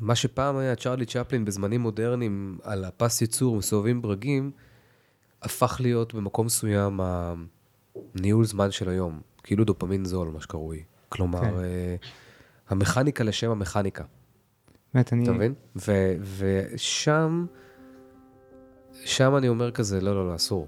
מה שפעם היה צ'רלי צ'פלין בזמנים מודרניים על הפס ייצור מסובבים ברגים, הפך להיות במקום מסוים הניהול זמן של היום. כאילו דופמין זול, מה שקרוי. כלומר, המכניקה לשם המכניקה. באמת, אתה מבין? ושם אני אומר כזה, לא, אסור.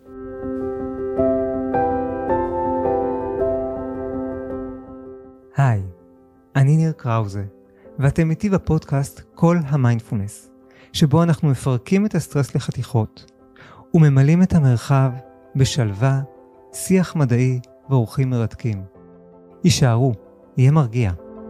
היי, אני ניר קראוזה, ואתם איתי בפודקאסט כל המיינדפולנס, שבו אנחנו מפרקים את הסטרס לחתיכות, וממלאים את המרחב בשלווה, שיח מדעי ואורחים מרתקים. יישארו, יהיה מרגיע.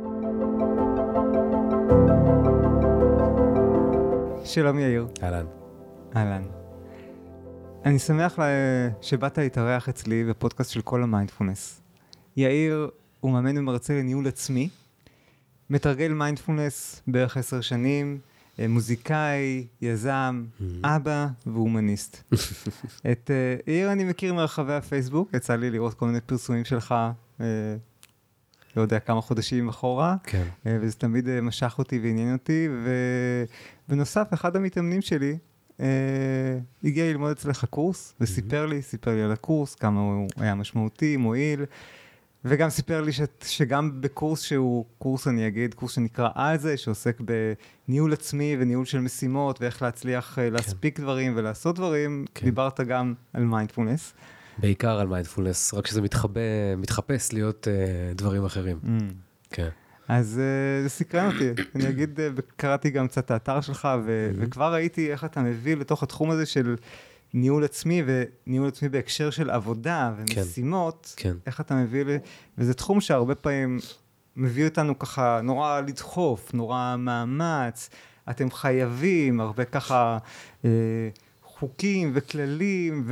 שלום יאיר. אהלן. אהלן. אני שמח שבאת להתארח אצלי בפודקאסט של כל המיינדפולנס. יאיר הוא מאמן ומרצה לניהול עצמי, מתרגל מיינדפולנס בערך 10 שנים, מוזיקאי, יזם, אבא והומניסט. את יאיר אני מכיר מרחבי הפייסבוק, יצא לי לראות כל מיני פרסומים שלך, לא יודע כמה חודשים אחורה, כן. וזה תמיד משך אותי ועניין אותי, ובנוסף אחד המתאמנים שלי, הגיע ללמוד אצלך קורס, וסיפר לי על הקורס, כמה הוא היה משמעותי, מועיל, וגם סיפר לי שגם בקורס שהוא קורס, אני אגיד, קורס שנקרא על זה, שעוסק בניהול עצמי וניהול של משימות, ואיך להצליח להספיק דברים ולעשות דברים, דיברת גם על מיינדפולנס. בעיקר על מיינדפולנס, רק שזה מתחפש להיות דברים אחרים. כן. אז זה סקרן אותי. אני אגיד, קראתי גם קצת את האתר שלך, וכבר ראיתי איך אתה מביא לתוך התחום הזה של ניהול עצמי, וניהול עצמי בהקשר של עבודה ומשימות, איך אתה מביא, וזה תחום שהרבה פעמים מביא אותנו ככה נורא לדחוף, נורא מאמץ, אתם חייבים, הרבה ככה חוקים וכללים,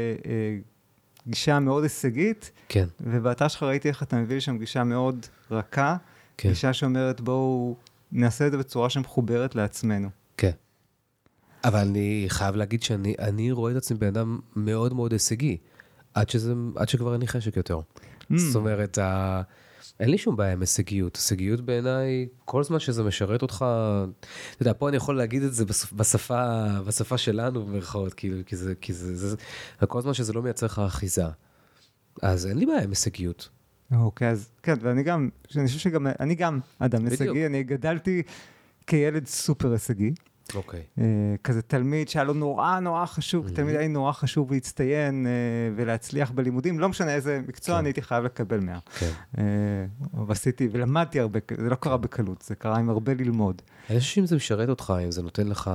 וגישה מאוד הישגית, ובאתר שלך ראיתי איך אתה מביא לשם גישה מאוד רכה, גישה שאומרת בואו נעשה את זה בצורה שמחוברת לעצמנו. כן. אבל אני חייב להגיד שאני רואה את עצמי באדם מאוד מאוד הישגי, עד שכבר אני חשק יותר. זאת אומרת, אין לי שום בעיה עם הישגיות. הישגיות בעיניי, כל זמן שזה משרת אותך, אתה יודע, פה אני יכול להגיד את זה בשפה שלנו, במרכאות, כי זה, כל זמן שזה לא מייצר לך אחיזה. אז אין לי בעיה עם הישגיות. אוקיי, אז כן, אני חושב שגם, אני גם אדם הישגי, אני גדלתי כילד סופר הישגי. אוקיי. כזה תלמיד שהיה לו נורא חשוב, תלמיד היה נורא חשוב להצטיין ולהצליח בלימודים, לא משנה איזה מקצוע, אני הייתי חייב לקבל 100. ועשיתי ולמדתי הרבה, זה לא קרה בקלות, זה קרה עם הרבה ללמוד. אני חושב שאם זה משרת אותך, אם זה נותן לך,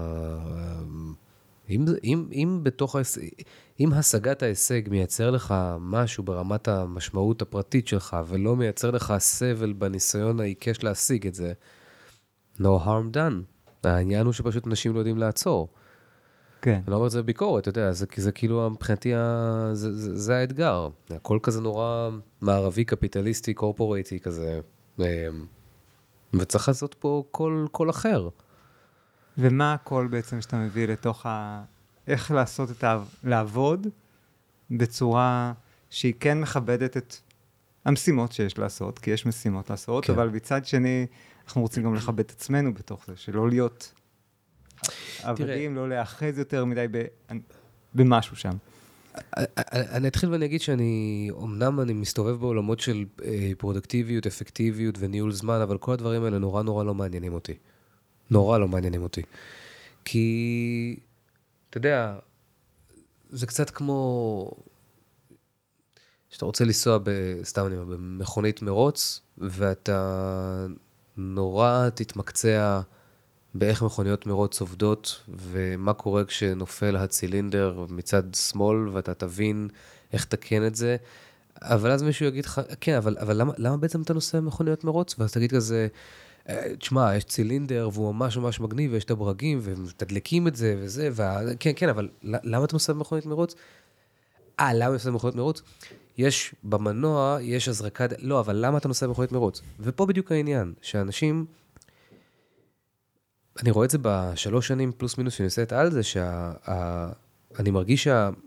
אם השגת ההישג מייצר לך משהו ברמת המשמעות הפרטית שלך, ולא מייצר לך סבל בניסיון העיקש להשיג את זה, no harm done. העניין הוא שפשוט אנשים לא יודעים לעצור. כן. אני לא אומר את זה בביקורת, אתה יודע, זה כאילו, מבחינתי, זה האתגר. הכל כזה נורא מערבי, קפיטליסטי, קורפורייטי כזה. וצריך לעשות פה כל אחר. ומה הכל בעצם שאתה מביא לתוך איך לעשות לעבוד בצורה שהיא כן מכבדת את המשימות שיש לעשות, כי יש משימות לעשות, כן. אבל בצד שני, אנחנו רוצים גם לכבד את עצמנו בתוך זה, שלא להיות עבדים, לא לאחז יותר מדי במשהו שם. אני אתחיל ואני אגיד אמנם אני מסתובב בעולמות של פרודקטיביות, אפקטיביות וניהול זמן, אבל כל הדברים האלה נורא לא מעניינים אותי. נורא לא מעניינים אותי. כי, אתה יודע, זה קצת כמו שאתה רוצה לנסוע במכונית מרוץ, ואתה נורא תתמקצע באיך מכוניות מרוץ עובדות, ומה קורה כשנופל הצילינדר מצד שמאל, ואתה תבין איך תקן את זה. אבל אז מישהו יגיד לך, כן, אבל למה בעצם אתה נוסע במכוניות מרוץ? ואז תגיד כזה, תשמע, יש צילינדר, והוא ממש מגניב, ויש את הברגים, ומתדלקים את זה וזה, כן, אבל למה אתה נוסע במכונית מרוץ? למה אתה נוסע במכונית מרוץ? יש במנוע, יש הזרקה, לא, אבל למה אתה נוסע במכונית מרוץ? ופה בדיוק העניין, שאנשים, אני רואה את זה ב3 שנים פלוס מינוס שאני עושה את על זה, אני מרגיש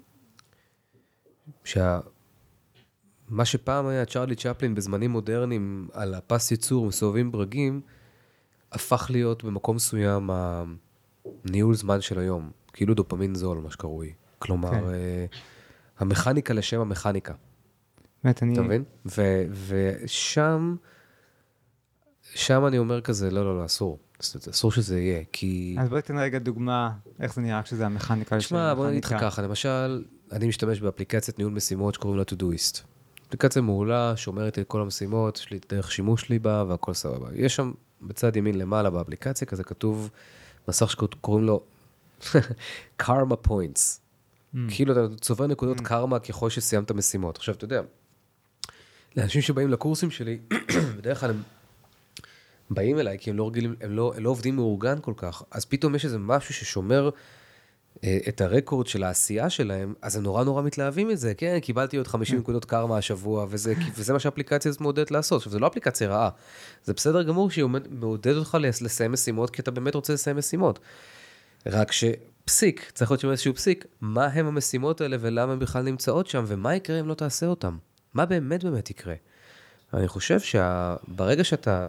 מה שפעם היה צ'רלי צ'פלין בזמנים מודרניים על הפס ייצור מסובבים ברגים, הפך להיות במקום מסוים הניהול זמן של היום, כאילו דופמין זול, מה שקרוי. כלומר, המכניקה לשם המכניקה. באמת, אתה מבין? ושם אני אומר כזה, לא, אסור. אסור שזה יהיה, כי... אז בוא תן רגע דוגמה, איך זה נראה כשזה המכניקה לשם תשמע, בוא נגיד לך המכניקה. ככה, למשל, אני משתמש באפליקציית ניהול משימות שקוראים לה Todoist. אפליקציה מעולה, שומרת את כל המשימות, יש לי דרך שימוש לי בה, והכל סבבה. יש שם בצד ימין למעלה באפליקציה, כזה כתוב, מסך שקוראים לו Karma Points. כאילו אתה צובר נקודות קרמה ככל שסיימת משימות. עכשיו, אתה יודע, לאנשים שבאים לקורסים שלי, בדרך כלל הם באים אליי, כי הם לא רגילים, הם לא עובדים מאורגן כל כך, אז פתאום יש איזה משהו ששומר את הרקורד של העשייה שלהם, אז הם נורא מתלהבים מזה, כן, קיבלתי עוד 50 נקודות קרמה השבוע, וזה מה שהאפליקציה הזאת מעודדת לעשות. עכשיו, זה לא אפליקציה רעה, זה בסדר גמור שהיא מעודדת אותך לסיים משימות, כי אתה באמת רוצה לסיים משימות. רק שפסיק, צריך להיות שם איזשהו פסיק, מה הם המשימות האלה ולמה הן בכלל נמצאות שם, ומה יקרה אם לא תעשה אותם? מה באמת יקרה? אני חושב שברגע שאתה...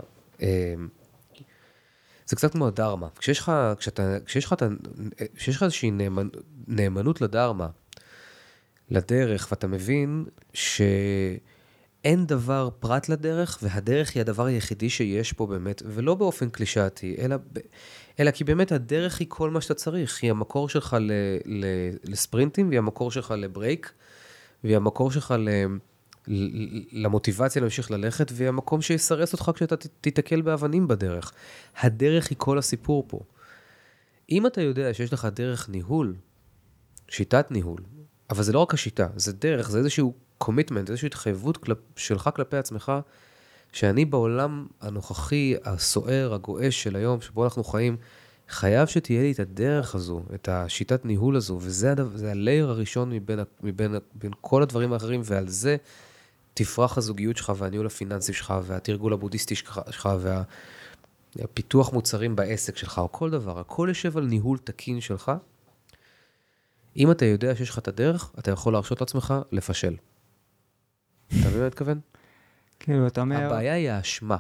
זה קצת כמו הדרמה. כשיש לך איזושהי נאמנות לדרמה, לדרך, ואתה מבין שאין דבר פרט לדרך, והדרך היא הדבר היחידי שיש פה באמת, ולא באופן קלישאתי, אלא כי באמת הדרך היא כל מה שאתה צריך. היא המקור שלך לספרינטים, והיא המקור שלך לברייק, והיא המקור שלך למוטיבציה להמשיך ללכת, והיא המקום שיסרס אותך כשאתה תתקל באבנים בדרך. הדרך היא כל הסיפור פה. אם אתה יודע שיש לך דרך ניהול, שיטת ניהול, אבל זה לא רק השיטה, זה דרך, זה איזשהו קומיטמנט, איזושהי התחייבות שלך כלפי עצמך, שאני בעולם הנוכחי, הסוער, הגואש של היום, שבו אנחנו חיים, חייב שתהיה לי את הדרך הזו, את השיטת ניהול הזו, וזה הלייר הראשון מבין כל הדברים האחרים, ועל זה תפרח הזוגיות שלך, והניהול הפיננסי שלך, והתרגול הבודיסטי שלך, והפיתוח מוצרים בעסק שלך, או כל דבר, הכל יושב על ניהול תקין שלך. אם אתה יודע שיש לך את הדרך, אתה יכול להרשות לעצמך לפשל. אתה מבין מה התכוון? כאילו, אתה אומר... הבעיה היא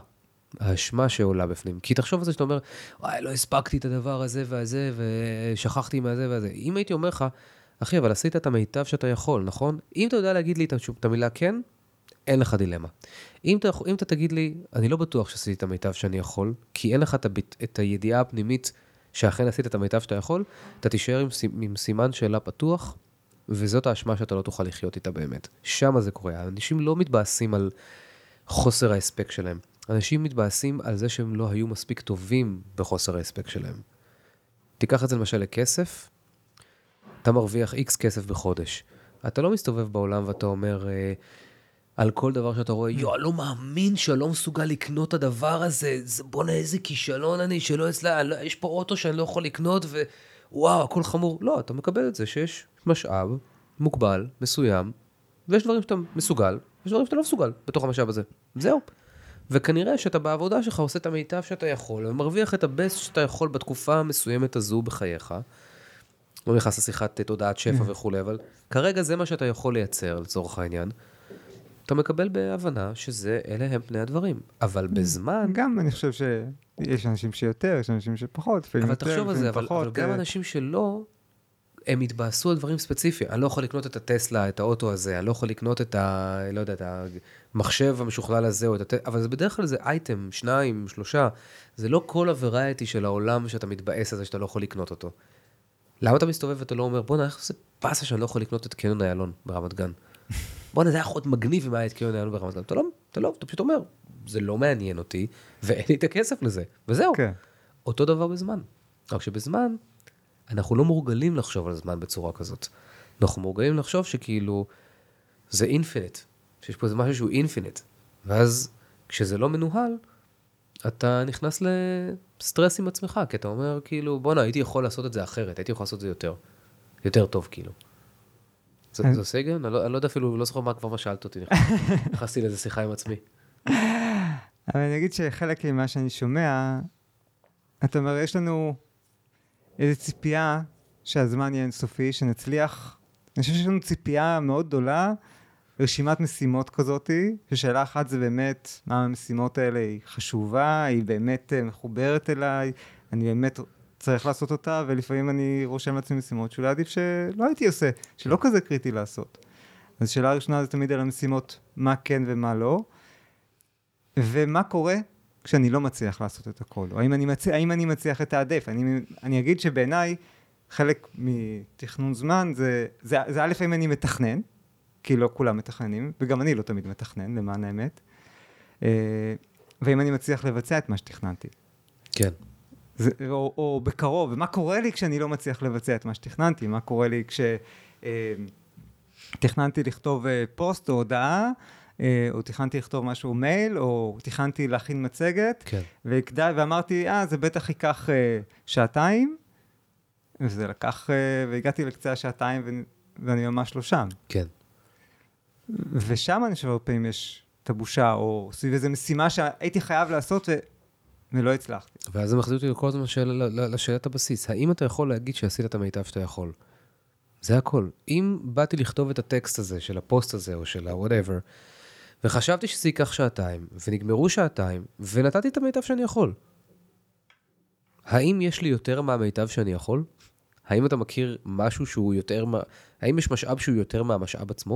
האשמה שעולה בפנים. כי תחשוב על זה שאתה אומר, וואי, לא הספקתי את הדבר הזה והזה, ושכחתי מהזה והזה. אם הייתי אומר לך, אחי, אבל עשית את המיטב שאתה יכול, נכון? אם אתה יודע להגיד לי את המילה כן, אין לך דילמה. אם אתה תגיד לי, אני לא בטוח שעשיתי את המיטב שאני יכול, כי אין לך את הידיעה הפנימית שאכן עשית את המיטב שאתה יכול, אתה תישאר עם סימן שאלה פתוח, וזאת האשמה שאתה לא תוכל לחיות איתה באמת. שם זה קורה. האנשים לא מתבאסים על חוסר ההספק שלהם. אנשים מתבאסים על זה שהם לא היו מספיק טובים בחוסר ההספק שלהם. תיקח את זה למשל לכסף, אתה מרוויח X כסף בחודש. אתה לא מסתובב בעולם ואתה אומר, על כל דבר שאתה רואה, לא מאמין שאני לא מסוגל לקנות את הדבר הזה, בוא נהיה איזה כישלון אני, שלא אצלה, יש פה אוטו שאני לא יכול לקנות, ווואו, הכל חמור. לא, אתה מקבל את זה שיש משאב מוגבל, מסוים, ויש דברים שאתה מסוגל, ויש דברים שאתה לא מסוגל בתוך המשאב הזה. זהו. וכנראה שאתה בעבודה שלך עושה את המיטב שאתה יכול, ומרוויח את הבסט שאתה יכול בתקופה המסוימת הזו בחייך. לא נכנס לשיחת תודעת שפע וכו', אבל כרגע זה מה שאתה יכול לייצר, לצורך העניין. אתה מקבל בהבנה אלה הם פני הדברים. אבל בזמן... גם אני חושב שיש אנשים שיותר, יש אנשים שפחות, אבל תחשוב על זה, אבל גם אנשים שלא, הם התבאסו על דברים ספציפיים. אני לא יכול לקנות את הטסלה, את האוטו הזה, אני לא יכול לקנות את לא יודע, את המחשב המשוכלל הזה, אבל זה בדרך כלל זה אייטם, 2, 3. זה לא כל הוורייטי של העולם שאתה מתבאס על זה שאתה לא יכול לקנות אותו. למה אתה מסתובב ואתה לא אומר, בוא איך זה פסה שאני לא יכול לקנות את קניון איילון ברמת גן? בוא נדע עוד מגניב אם היה את קניון איילון ברמת גן. אתה פשוט אומר, זה לא מעניין אותי, ואין לי את הכסף לזה. וזהו. אותו דבר בזמן. רק שבזמן, אנחנו לא מורגלים לחשוב על זמן בצורה כזאת. אנחנו מורגלים לחשוב שכאילו, זה אינפיניט. שיש פה איזה משהו שהוא אינפיניט. ואז, כשזה לא מנוהל, אתה נכנס לסטרס עם עצמך, כי אתה אומר, כאילו, בוא הייתי יכול לעשות את זה אחרת, הייתי יכול לעשות את זה יותר טוב, כאילו. זה עושה היגיון? אני לא יודע אפילו, לא זוכר מה כבר מה שאלת אותי. נכנסתי לאיזה שיחה עם עצמי. אבל אני אגיד שחלק ממה שאני שומע, אתה אומר, יש לנו איזו ציפייה שהזמן יהיה אינסופי, שנצליח, אני חושב שיש לנו ציפייה מאוד גדולה רשימת משימות כזאת, ששאלה אחת זה באמת, מה המשימות האלה היא חשובה, היא באמת מחוברת אליי, אני באמת צריך לעשות אותה, ולפעמים אני רושם לעצמי משימות, שאולי עדיף שלא הייתי עושה, שלא כזה קריטי לעשות. אז שאלה הראשונה זה תמיד על המשימות, מה כן ומה לא, ומה קורה כשאני לא מצליח לעשות את הכל, או האם אני מצליח לתעדף. אני אגיד שבעיניי, חלק מתכנון זמן, זה א' אם אני מתכנן, כי לא כולם מתכננים, וגם אני לא תמיד מתכנן, למען האמת, ואם אני מצליח לבצע את מה שתכננתי. כן. או בקרוב, ומה קורה לי כשאני לא מצליח לבצע את מה שתכננתי, מה קורה לי כשתכננתי לכתוב פוסט או הודעה, או תכננתי לכתוב משהו מייל, או תכננתי להכין מצגת, כן. ואמרתי, זה בטח ייקח שעתיים, וזה לקח, והגעתי לקצה השעתיים, ואני ממש לא שם. כן. ושם אני חושב פעמים יש את הבושה, או סביב איזו משימה שהייתי חייב לעשות, ולא הצלחתי. ואז זה מחזיר אותי לכל הזמן לשאלת הבסיס. האם אתה יכול להגיד שעשית את המיטב שאתה יכול? זה הכל. אם באתי לכתוב את הטקסט הזה, של הפוסט הזה, או של ה-whatever, וחשבתי שזה ייקח שעתיים, ונגמרו שעתיים, ונתתי את המיטב שאני יכול. האם יש לי יותר מהמיטב שאני יכול? האם אתה מכיר משהו שהוא יותר האם יש משאב שהוא יותר מהמשאב עצמו?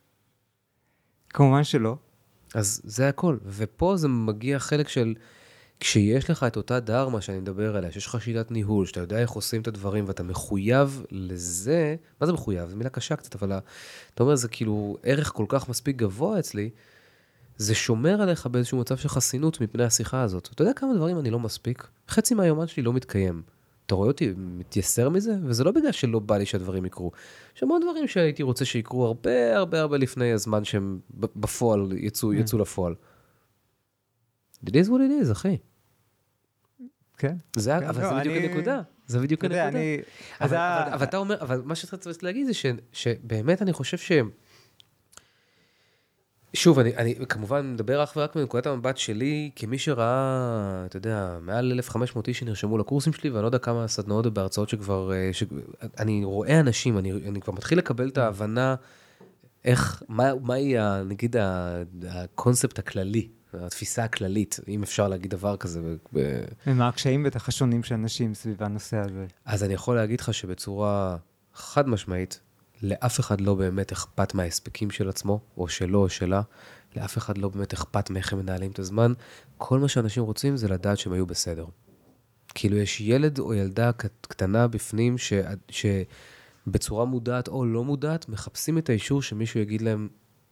כמובן שלא. אז זה הכל. ופה זה מגיע חלק של, כשיש לך את אותה דרמה שאני מדבר עליה, שיש לך שיטת ניהול, שאתה יודע איך עושים את הדברים, ואתה מחויב לזה, מה זה מחויב? זו מילה קשה קצת, אבל אתה אומר, זה כאילו ערך כל כך מספיק גבוה אצלי, זה שומר עליך באיזשהו מצב של חסינות מפני השיחה הזאת. אתה יודע כמה דברים אני לא מספיק? חצי מהיומן שלי לא מתקיים. אתה רואה אותי מתייסר מזה? וזה לא בגלל שלא בא לי שהדברים יקרו. יש המון דברים שהייתי רוצה שיקרו הרבה לפני הזמן שהם בפועל יצאו לפועל. It is what it is, אחי. כן. אבל זה בדיוק הנקודה. זה בדיוק הנקודה. אבל אתה אומר, אבל מה שאתה צריך להגיד זה שבאמת אני חושב ש... שוב, אני כמובן מדבר אך ורק מנקודת המבט שלי, כמי שראה, אתה יודע, מעל 1,500 איש שנרשמו לקורסים שלי, ואני לא יודע כמה סדנאות בהרצאות שכבר, אני רואה אנשים, אני כבר מתחיל לקבל את ההבנה, מהי, נגיד, הקונספט הכללי, התפיסה הכללית, אם אפשר להגיד דבר כזה. ומה הקשיים בטח השונים של אנשים סביב הנושא הזה? אז אני יכול להגיד לך שבצורה חד משמעית, לאף אחד לא באמת אכפת מההספקים של עצמו, או שלו או שלה, לאף אחד לא באמת אכפת מאיך הם מנהלים את הזמן, כל מה שאנשים רוצים זה לדעת שהם היו בסדר. כאילו יש ילד או ילדה קטנה בפנים, שבצורה מודעת או לא מודעת, מחפשים את האישור שמישהו יגיד להם,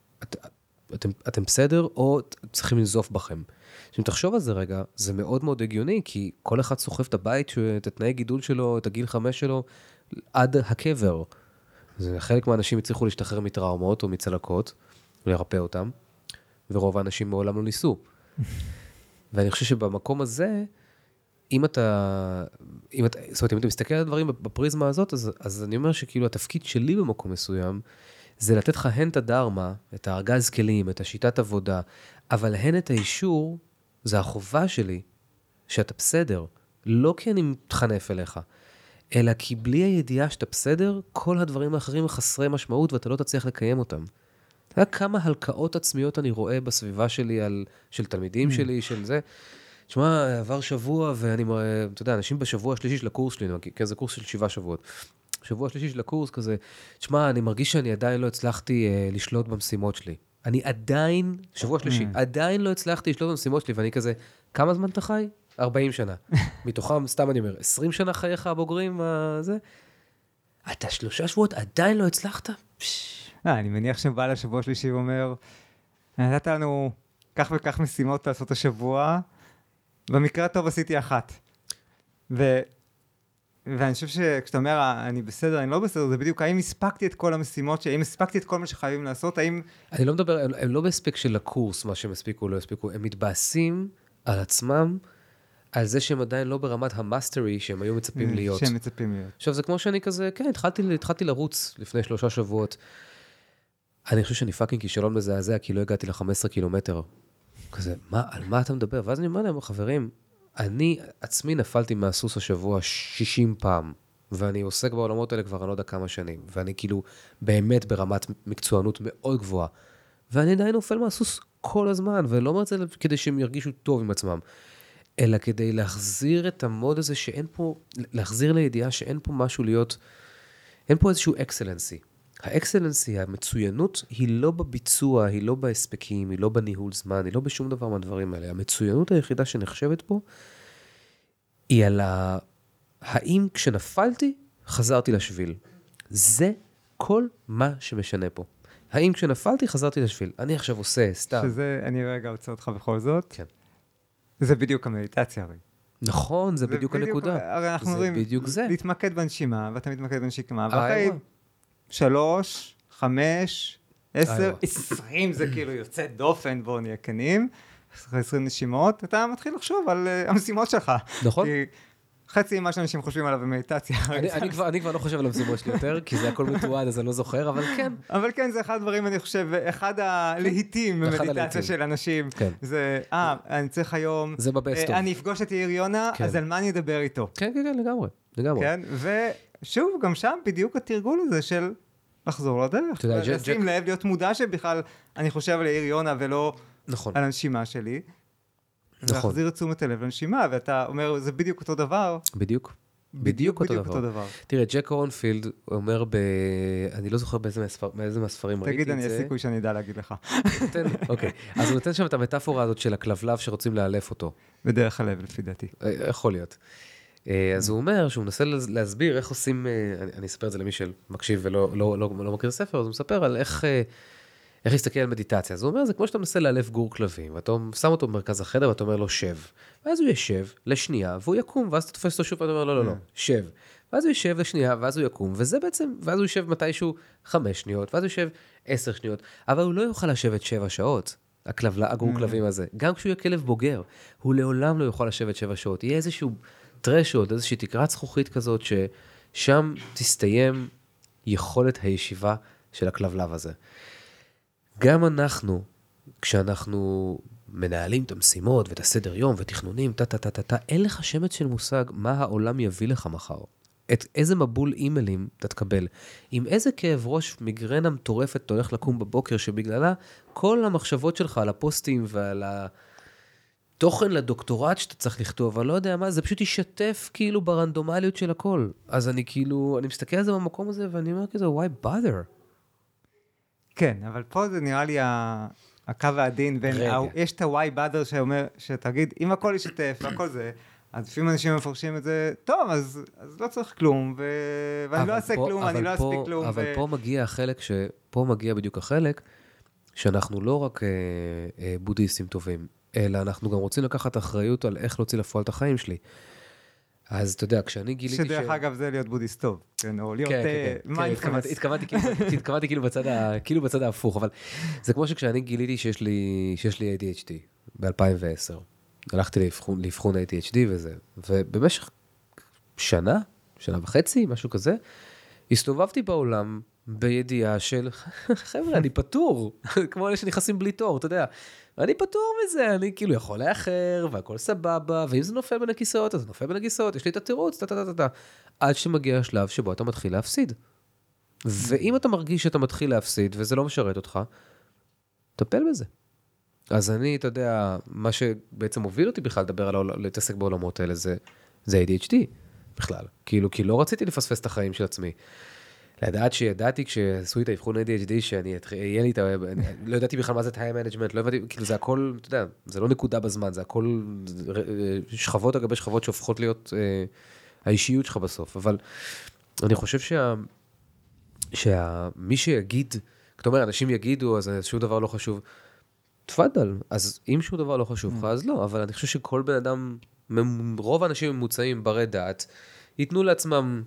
אתם בסדר, או צריכים לנזוף בכם. אם תחשוב על זה רגע, זה מאוד מאוד הגיוני, כי כל אחד סוחב את הבית, את התנאי גידול שלו, את הגיל 5 שלו, עד הקבר. חלק מהאנשים הצליחו להשתחרר מטראומות או מצלקות, ולרפא אותם, ורוב האנשים מעולם לא ניסו. ואני חושב שבמקום הזה, אם אתה מסתכל על הדברים בפריזמה הזאת, אז אני אומר שכאילו התפקיד שלי במקום מסוים, זה לתת לך הן את הדרמה, את הארגז כלים, את השיטת עבודה, אבל הן את האישור, זה החובה שלי, שאתה בסדר, לא כי אני מתחנף אליך, אלא כי בלי הידיעה שאתה בסדר, כל הדברים האחרים חסרי משמעות, ואתה לא תצליח לקיים אותם. אתה יודע כמה הלקאות עצמיות אני רואה בסביבה שלי, של תלמידים שלי, של זה. תשמע, עבר שבוע, ואני, אתה יודע, אנשים בשבוע השלישי של הקורס שלי, כן, זה קורס של 7 שבועות. שבוע שלישי של הקורס כזה, תשמע, אני מרגיש שאני עדיין לא הצלחתי לשלוט במשימות שלי. אני עדיין, שבוע שלישי, עדיין לא הצלחתי לשלוט במשימות שלי, ואני כזה, כמה זמן אתה חי? 40 שנה. מתוכם, סתם אני אומר, 20 שנה חייך הבוגרים, זה? אתה 3 שבועות עדיין לא הצלחת? אני מניח שבא לשבוע שלישי ואומר, נתת לנו כך וכך משימות לעשות השבוע, במקרה הטוב עשיתי 1. ואני חושב שכשאתה אומר, אני בסדר, אני לא בסדר, זה בדיוק, האם הספקתי את כל המשימות, האם הספקתי את כל מה שחייבים לעשות, האם... אני לא מדבר, הם לא בהספק של הקורס, מה שהם הספיקו או לא הספיקו, הם מתבאסים על עצמם, על זה שהם עדיין לא ברמת המאסטרי שהם היו מצפים להיות. שהם מצפים להיות. עכשיו, זה כמו שאני כזה, כן, התחלתי לרוץ לפני 3 שבועות. אני חושב שאני פאקינג כישלון מזעזע, כי לא הגעתי ל-15 קילומטר. כזה, על מה אתה מדבר? ואז אני אומר להם, חברים, אני עצמי נפלתי מהסוס השבוע 60 פעם. ואני עוסק בעולמות האלה כבר אני לא יודע כמה שנים, ואני כאילו באמת ברמת מקצוענות מאוד גבוהה, ואני עדיין נופל מהסוס כל הזמן, ולא אומר את זה כדי שהם ירגישו טוב עם עצמם, אלא כדי להחזיר את המוד הזה שאין פה, להחזיר לידיעה שאין פה משהו להיות, אין פה איזשהו אקסלנסי. האקסלנסי, המצוינות, היא לא בביצוע, היא לא בהספקים, היא לא בניהול זמן, היא לא בשום דבר מהדברים האלה. המצוינות היחידה שנחשבת פה, היא על האם כשנפלתי, חזרתי לשביל. זה כל מה שמשנה פה. האם כשנפלתי, חזרתי לשביל. אני עכשיו עושה, סתם. שזה, אני רגע רוצה אותך בכל זאת. כן. זה בדיוק המדיטציה הרי. נכון, זה בדיוק הנקודה. הרי אנחנו אומרים, להתמקד בנשימה, ואתה מתמקד בנשימה, ואחרי 3, 5, 10, 20 זה כאילו יוצא דופן, בואו נהיה כנים, אחרי 20 נשימות, אתה מתחיל לחשוב על המשימות שלך. נכון. כי חצי מה שאנשים חושבים עליו במדיטציה. אני כבר לא חושב על המשימות שלי יותר, כי זה הכל מתועד, אז אני לא זוכר, אבל כן. אבל כן, זה אחד הדברים, אני חושב, אחד הלהיטים במדיטציה של אנשים. זה, אני צריך היום, זה בבסטו. אני אפגוש את יאיר יונה, אז על מה אני אדבר איתו? כן, כן, לגמרי, לגמרי. כן, ושוב, גם שם בדיוק התרגול הזה של לחזור לדרך. לשים לב, להיות מודע שבכלל אני חושב על יאיר יונה ולא על הנשימה שלי. להחזיר את תשומת הלב לנשימה, ואתה אומר, זה בדיוק אותו דבר. בדיוק אותו דבר. תראה, ג'ק קורנפילד אומר אני לא זוכר באיזה מהספרים ראיתי את זה. תגיד, אני אסיכוי שאני אדע להגיד לך. אוקיי, אז הוא נותן שם את המטאפורה הזאת של הכלבלב שרוצים לאלף אותו. בדרך הלב, לפי דעתי. יכול להיות. אז הוא אומר שהוא מנסה להסביר איך עושים, אני אספר את זה למי שמקשיב ולא מכיר את הספר, אז הוא מספר על איך להסתכל על מדיטציה. אז הוא אומר, זה כמו שאתה מנסה לאלף גור כלבים, ואתה שם אותו במרכז החדר, ואתה אומר לו, שב. ואז הוא ישב לשנייה, והוא יקום, ואז אתה תופס אותו שוב, ואתה אומר, לא, שב. ואז הוא ישב לשנייה, ואז הוא יקום, וזה בעצם, ואז הוא ישב מתישהו 5 שניות, ואז הוא ישב 10 שניות, אבל הוא לא יוכל לשבת 7 שעות, הגור כלבים הזה. גם כשהוא יהיה כלב בוגר, הוא לעולם לא יוכל לשבת 7 שעות. יהיה איזשהו טרשולד, איזושהי תקרת זכוכית כזאת, ששם תסתיים יכולת הישיבה של הכלבלב הזה. גם אנחנו, כשאנחנו מנהלים את המשימות ואת הסדר יום ותכנונים, אין לך שמץ של מושג מה העולם יביא לך מחר. את איזה מבול אימיילים אתה תקבל. עם איזה כאב ראש מיגרנה מטורפת אתה הולך לקום בבוקר, שבגללה כל המחשבות שלך על הפוסטים ועל התוכן לדוקטורט שאתה צריך לכתוב, אבל לא יודע מה, זה פשוט ישתף כאילו ברנדומליות של הכל. אז אני כאילו, אני מסתכל על זה במקום הזה ואני אומר כזה, why bother? כן, אבל פה זה נראה לי הקו העדין בין, יש את ה-why bother שאומר, שתגיד, אם הכל ישתף והכל זה, אז לפעמים אנשים מפרשים את זה, טוב, אז לא צריך כלום, ואני לא אעשה כלום, אני לא אספיק כלום. אבל פה מגיע החלק, פה מגיע בדיוק החלק, שאנחנו לא רק בודהיסטים טובים, אלא אנחנו גם רוצים לקחת אחריות על איך להוציא לפועל את החיים שלי. אז אתה יודע, כשאני גיליתי שדרך אגב זה להיות בודיסט טוב, כן, או להיות מיינדפולנס. התכוונתי כאילו בצד ההפוך, אבל זה כמו שכשאני גיליתי שיש לי ADHD ב-2010. הלכתי לאבחון ADHD וזה, ובמשך שנה וחצי, משהו כזה, הסתובבתי בעולם בידיעה של, חבר'ה, אני פטור, כמו אלה שנכנסים בלי תור, אתה יודע, אני פטור מזה, אני כאילו יכול לאחר, והכל סבבה, ואם זה נופל בין הכיסאות, אז זה נופל בין הכיסאות, יש לי את התירוץ, עד שמגיע השלב שבו אתה מתחיל להפסיד. ואם אתה מרגיש שאתה מתחיל להפסיד, וזה לא משרת אותך, תטפל בזה. אז אני, אתה יודע, מה שבעצם הוביל אותי בכלל להתעסק בעולמות האלה, זה ADHD בכלל. כאילו, כי לא רציתי לפספס את החיים של עצמי. לדעת שידעתי כשעשו את האבחון ADHD, יהיה לי את לא ידעתי בכלל מה זה time management, לא הבנתי, כאילו זה הכל, אתה יודע, זה לא נקודה בזמן, זה הכל שכבות אגבי שכבות שהופכות להיות האישיות שלך בסוף. אבל אני חושב שמי שיגיד, כלומר, אנשים יגידו, אז שום דבר לא חשוב, תפדל, אז אם שום דבר לא חשוב לך, אז לא, אבל אני חושב שכל בן אדם, רוב האנשים ממוצעים ברי דעת, ייתנו לעצמם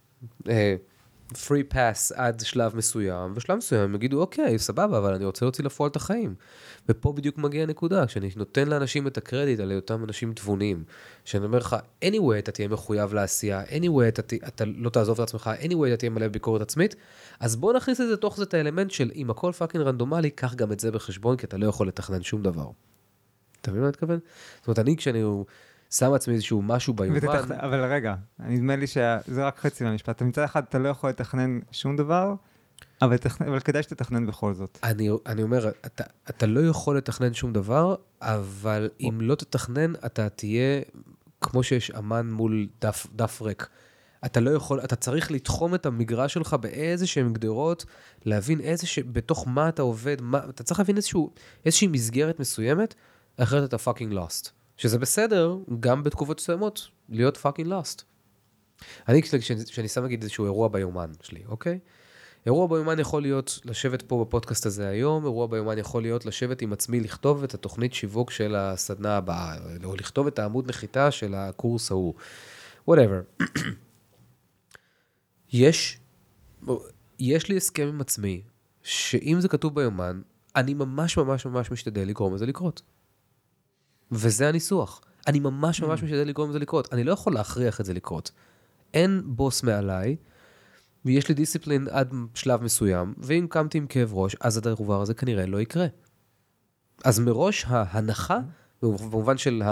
free pass עד שלב מסוים, ושלב מסוים הם יגידו, אוקיי, סבבה, אבל אני רוצה להוציא לפועל את החיים. ופה בדיוק מגיע הנקודה, כשאני נותן לאנשים את הקרדיט על אותם אנשים תבוניים, שאני אומר לך, anyway, אתה תהיה מחויב לעשייה, anyway, אתה לא תעזוב את עצמך, anyway, אתה תהיה מלא בביקורת עצמית, אז בוא נכניס את זה תוך זה את האלמנט של, אם הכל פאקינג רנדומלי, קח גם את זה בחשבון, כי אתה לא יכול לתכנן שום דבר. אתה מבין מה אני מתכוון? זאת אומרת, כשאני שם עצמי איזשהו משהו ביומן. אבל רגע, נדמה לי שזה רק חצי מהמשפט. מצד אחד אתה לא יכול לתכנן שום דבר, אבל כדאי שתתכנן בכל זאת. אני אומר, אתה לא יכול לתכנן שום דבר, אבל אם לא תתכנן, אתה תהיה כמו שיש אמן מול דף ריק. אתה לא יכול, אתה צריך לתחום את המגרש שלך באיזשהם גדרות, להבין בתוך מה אתה עובד, אתה צריך להבין איזושהי מסגרת מסוימת, אחרת אתה fucking lost. שזה בסדר, גם בתקופות מסוימות, להיות fucking lost. כשאני שם נגיד איזשהו אירוע ביומן שלי, אוקיי? אירוע ביומן יכול להיות לשבת פה בפודקאסט הזה היום, אירוע ביומן יכול להיות לשבת עם עצמי, לכתוב את התוכנית שיווק של הסדנה הבאה, או לכתוב את העמוד נחיתה של הקורס ההוא. whatever. יש לי הסכם עם עצמי, שאם זה כתוב ביומן, אני ממש ממש ממש משתדל לגרום לזה לקרות. וזה הניסוח. אני ממש ממש משתדל לגרום לזה לקרות. אני לא יכול להכריח את זה לקרות. אין בוס מעליי, ויש לי דיסציפלין עד שלב מסוים, ואם קמתי עם כאב ראש, אז הדבר הזה כנראה לא יקרה. אז מראש ההנחה, במובן של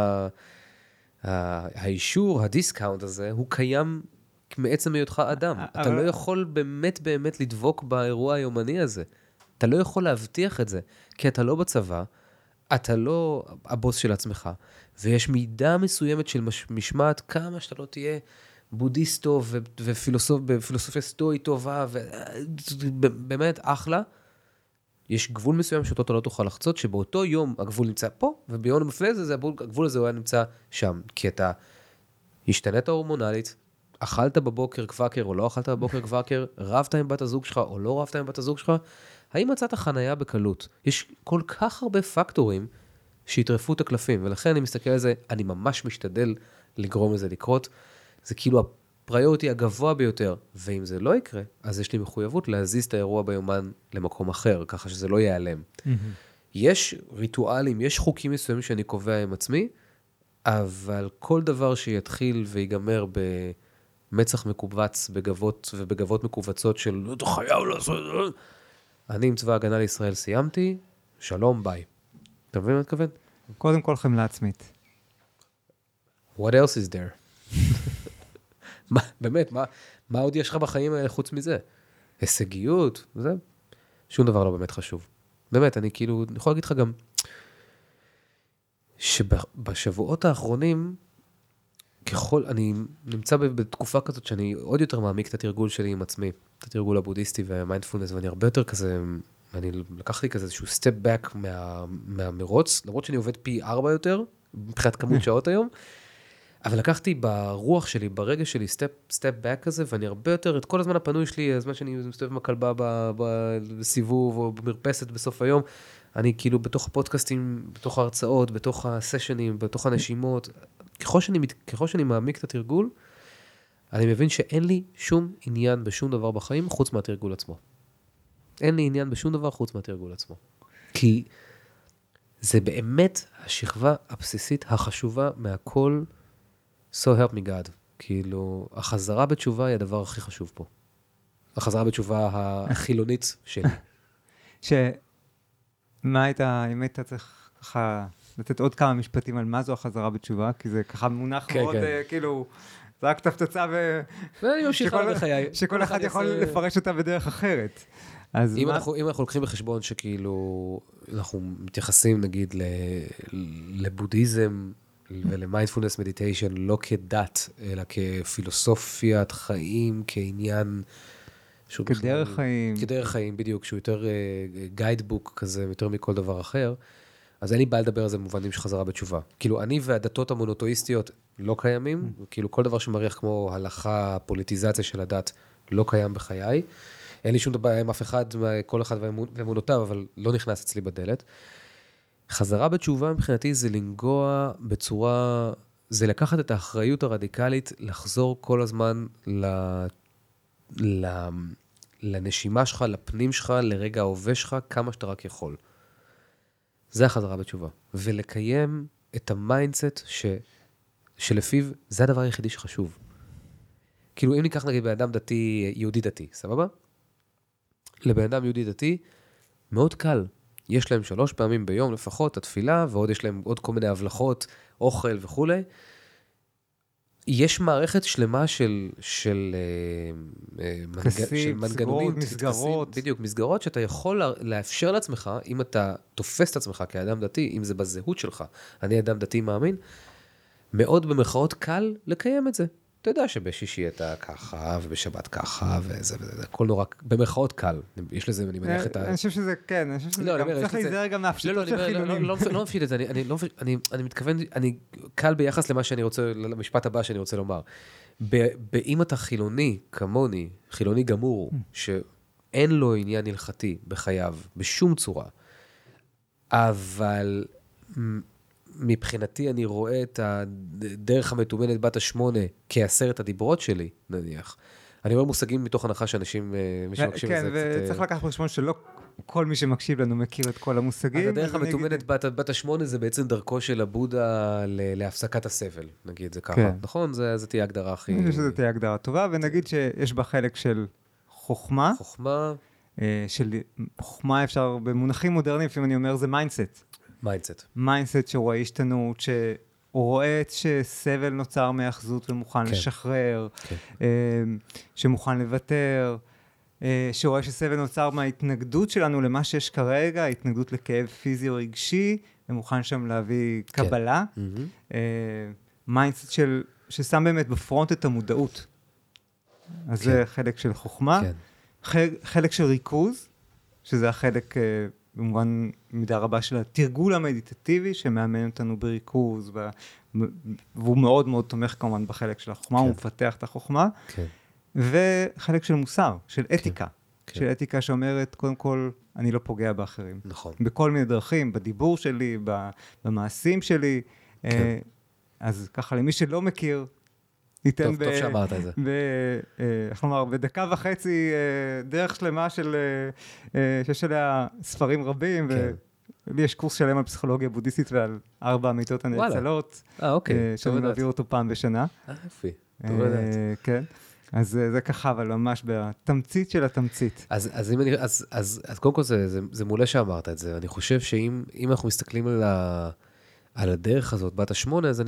האישור, הדיסקאונט הזה, הוא קיים מעצם היותך אדם. אתה לא יכול באמת באמת לדבוק באירוע היומני הזה. אתה לא יכול להבטיח את זה, כי אתה לא בצבא, אתה לא הבוס של עצמך, ויש מידה מסוימת של משמעת, כמה שאתה לא תהיה בודהיסטו ופילוסופיה סטואי טובה, באמת אחלה, יש גבול מסוים שאותו אתה לא תוכל לחצות, שבאותו יום הגבול נמצא פה, וביום המפני זה, הגבול הזה הוא היה נמצא שם, כי אתה השתנית הורמונלית, אכלת בבוקר קוואקר או לא אכלת בבוקר קוואקר, רבת עם בת הזוג שלך או לא רבת עם בת הזוג שלך, האם מצאת חנייה בקלות? יש כל כך הרבה פקטורים שיטרפו את הקלפים, ולכן אני מסתכל על זה, אני ממש משתדל לגרום לזה לקרות, זה כאילו הפריוריטי הגבוה ביותר, ואם זה לא יקרה, אז יש לי מחויבות להזיז את האירוע ביומן למקום אחר, ככה שזה לא ייעלם. יש ריטואלים, יש חוקים מסוימים שאני קובע עם עצמי, אבל כל דבר שיתחיל ויגמר במצח מקובץ, בגבות ובגבות מקובצות של, אתה חייב לעשות, אני עם צבא ההגנה לישראל סיימתי, שלום, ביי. אתה מבין מה מתכוון? קודם כל חמלה עצמית. What else is there? באמת, מה עוד יש לך בחיים האלה חוץ מזה? הישגיות, זה שום דבר לא באמת חשוב. באמת, אני כאילו, אני יכול להגיד לך גם, שבשבועות האחרונים, אני נמצא בתקופה כזאת שאני עוד יותר מעמיק את התרגול שלי עם עצמי, את התרגול הבודהיסטי והמיינדפולנס, ואני הרבה יותר כזה, אני לקחתי כזה איזשהו סטפ בק מהמרוץ, למרות שאני עובד פי 4 יותר, מבחינת כמות שעות היום, אבל לקחתי ברוח שלי, ברגע שלי, סטפ בק כזה, ואני הרבה יותר, את כל הזמן הפנוי שלי, הזמן שאני מסתובב עם הכלבה בסיבוב, או במרפסת בסוף היום, אני כאילו בתוך הפודקאסטים, בתוך ההרצאות, בתוך הסשנים, בתוך הנשימות, ככל שאני מעמיק את התרגול, אני מבין שאין לי שום עניין בשום דבר בחיים, חוץ מהתרגול עצמו. אין לי עניין בשום דבר חוץ מהתרגול עצמו. כי זה באמת השכבה הבסיסית החשובה מהכל, so help me God. כאילו, החזרה בתשובה היא הדבר הכי חשוב פה. החזרה בתשובה החילונית שלי. מה הייתה, אם היית צריך ככה לתת עוד כמה משפטים על מה זו החזרה בתשובה, כי זה ככה מונח מאוד, כאילו, זה רק תפתצה שכל אחד יכול לפרש אותה בדרך אחרת. אם אנחנו לוקחים בחשבון שכאילו, אנחנו מתייחסים נגיד לבודהיזם ולמיינדפולנס מדיטיישן, לא כדת, אלא כפילוסופיית חיים, כעניין כדרך חיים. כדרך חיים, בדיוק, שהוא יותר גיידבוק כזה, יותר מכל דבר אחר. אז אין לי בעיה לדבר על זה במובנים של חזרה בתשובה. כאילו, אני והדתות המונותואיסטיות לא קיימים, כאילו, כל דבר שמריח כמו הלכה, פוליטיזציה של הדת, לא קיים בחיי. אין לי שום דבר עם אף אחד, כל אחד ואמונותיו, אבל לא נכנס אצלי בדלת. חזרה בתשובה מבחינתי זה לנגוע בצורה, זה לקחת את האחריות הרדיקלית, לחזור כל הזמן לנשימה שלך, לפנים שלך, לרגע ההווה שלך, כמה שאתה רק יכול. זה החזרה בתשובה. ולקיים את המיינדסט שלפיו זה הדבר היחידי שחשוב. כאילו, אם ניקח נגיד באדם דתי, יהודי דתי, סבבה? לבן אדם יהודי דתי, מאוד קל. יש להם 3 פעמים ביום לפחות, התפילה, ועוד יש להם עוד כל מיני הבלחות, אוכל וכו'. יש מערכת שלמה של מנגנונים, מסגרות. בדיוק, מסגרות שאתה יכול לאפשר לעצמך, אם אתה תופס את עצמך כאדם דתי, אם זה בזהות שלך, אני אדם דתי מאמין, מאוד במרכאות קל לקיים את זה. אתה יודע שבשישי אתה ככה, ובשבת ככה, וזה, הכל נורא, במרכאות קל. יש לזה, אני מניח את ה... אני חושב שזה, כן, אני חושב שזה גם צריך להיזהר גם מהפשיטות של חילונים. לא מפשיט את זה, אני מתכוון, אני קל ביחס למה שאני רוצה, למשפט הבא שאני רוצה לומר. אם אתה חילוני, כמוני, חילוני גמור, שאין לו עניין הלכתי בחייו, בשום צורה, אבל מבחינתי אני רואה את הדרך המתומנת בת 8 כ10 הדיברות שלי, נניח. אני אומר מושגים מתוך הנחה שאנשים, מי שמקשיב לזה קצת... כן, וצריך לקחת בחשבון שלא כל מי שמקשיב לנו מכיר את כל המושגים. אז הדרך המתומנת בת 8 זה בעצם דרכו של הבודה להפסקת הסבל, נגיד זה ככה. נכון? זה תהיה הגדרה הכי... אני חושב שזה תהיה הגדרה טובה, ונגיד שיש בה חלק של חוכמה. חוכמה. של חוכמה אפשר, במונחים מודרניים, לפעמים אני אומר, זה מיינדסט. מיינדסט שהוא רואה השתנות, שהוא רואה שסבל נוצר מאחזות ומוכן לשחרר, שמוכן לוותר, שהוא רואה שסבל נוצר מההתנגדות שלנו למה שיש כרגע, התנגדות לכאב פיזי או רגשי, ומוכן שם להביא קבלה. מיינדסט ששם באמת בפרונט את המודעות. אז זה חלק של חוכמה. חלק של ריכוז, שזה החלק... במובן מידה רבה של התרגול המדיטטיבי שמאמן אותנו בריכוז, והוא מאוד מאוד תומך כמובן בחלק של החוכמה, הוא מפתח את החוכמה, וחלק של מוסר, של אתיקה, של אתיקה שאומרת, קודם כל, אני לא פוגע באחרים. נכון. בכל מיני דרכים, בדיבור שלי, במעשים שלי, אז ככה למי שלא מכיר, ניתן טוב שאמרת את זה. איך לומר, בדקה וחצי דרך שלמה שיש עליה ספרים רבים, ולי יש קורס שלם על פסיכולוגיה בודהיסטית ועל 4 אמיתות הנאצלות, שאני מעביר אותו פעם בשנה. יפי, טוב לדעת. כן, אז זה ככה, אבל ממש בתמצית של התמצית. אז קודם כל זה מעולה שאמרת את זה. אני חושב שאם אנחנו מסתכלים על הדרך הזאת, בת 8, אז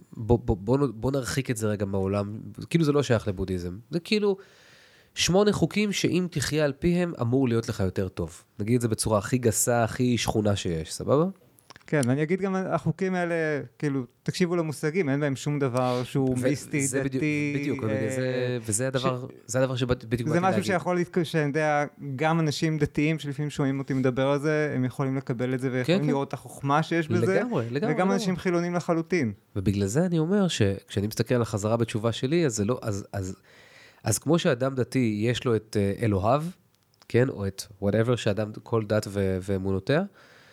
בוא נרחיק את זה רגע מהעולם, כאילו זה לא שייך לבודהיזם, זה כאילו 8 חוקים שאם תחיה על פיהם, אמור להיות לך יותר טוב. נגיד את זה בצורה הכי גסה, הכי שכונה שיש, סבבה? כן, ואני אגיד גם, החוקים האלה, כאילו, תקשיבו למושגים, אין בהם שום דבר שהוא מיסטי, דתי. בדיוק, וזה הדבר שבדיוק... זה משהו שיכול שאני יודע, גם אנשים דתיים שלפעמים שומעים אותי מדבר על זה, הם יכולים לקבל את זה, ויכולים לראות את החוכמה שיש בזה, וגם אנשים חילונים לחלוטין. ובגלל זה אני אומר, שכשאני מסתכל על החזרה בתשובה שלי, אז זה לא, אז כמו שאדם דתי, יש לו את אלוהיו, כן, או את whatever, שאדם, כל דת ואמונותיה,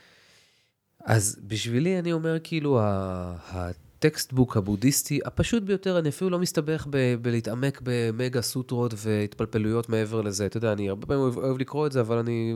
אז בשבילי אני אומר כאילו הטקסטבוק הבודהיסטי הפשוט ביותר, אני אפילו לא מסתבך בלהתעמק במגה סוטרות והתפלפלויות מעבר לזה. אתה יודע, אני הרבה פעמים אוהב לקרוא את זה, אבל אני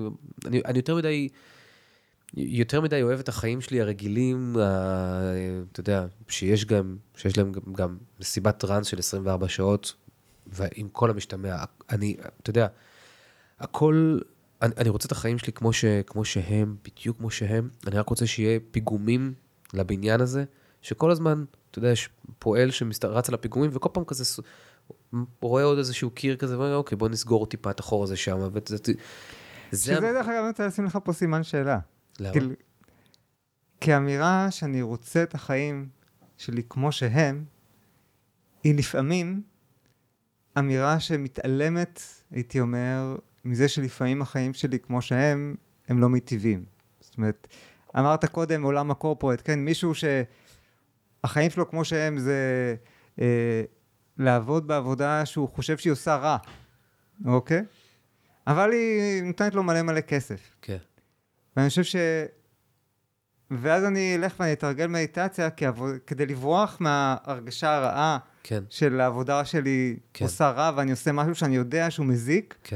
יותר מדי אוהב את החיים שלי הרגילים, אתה יודע, שיש להם גם מסיבת טרנס של 24 שעות, ועם כל המשתמע, אתה יודע, הכל... אני רוצה את החיים שלי כמו שהם, בדיוק כמו שהם. אני רק רוצה שיהיה פיגומים לבניין הזה, שכל הזמן, אתה יודע, יש פועל שרץ על הפיגומים, וכל פעם כזה רואה עוד איזשהו קיר כזה, ואומר, אוקיי, בוא נסגור טיפה את החור הזה שם. שזה דרך אגב, אני רוצה לשים לך פה סימן שאלה. למה? כאמירה שאני רוצה את החיים שלי כמו שהם, היא לפעמים אמירה שמתעלמת, הייתי אומר, מזה שלפעמים החיים שלי כמו שהם, הם לא מיטיבים. זאת אומרת, אמרת קודם עולם הקורפורט, כן, מישהו שהחיים שלו כמו שהם זה לעבוד בעבודה שהוא חושב שהיא עושה רע, אוקיי? אבל היא נותנת לו מלא מלא כסף. כן. ואני חושב ואז אני אלך ואני אתרגל מדיטציה כדי לברוח מההרגשה הרעה של העבודה שלי עושה רע, ואני עושה משהו שאני יודע שהוא מזיק. כן.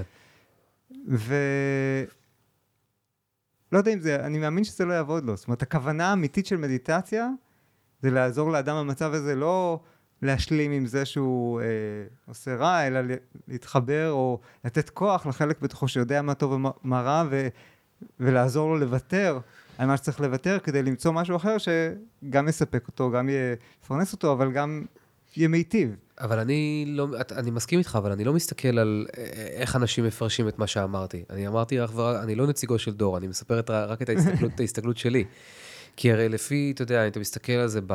לא יודע אם זה, אני מאמין שזה לא יעבוד לו. זאת אומרת, הכוונה האמיתית של מדיטציה, זה לעזור לאדם במצב הזה, לא להשלים עם זה שהוא עושה רע, אלא להתחבר או לתת כוח לחלק בתוכו שיודע מה טוב ומה רע, ולעזור לו לוותר על מה שצריך לוותר, כדי למצוא משהו אחר שגם יספק אותו, גם יפרנס אותו, אבל גם יהיה מיטיב. אבל אני מסכים איתך, אבל אני לא מסתכל על איך אנשים מפרשים את מה שאמרתי. אני אמרתי, אני לא נציגו של דור, אני מספר רק את ההסתכלות שלי. כי הרי לפי, אתה יודע, אתה מסתכל על זה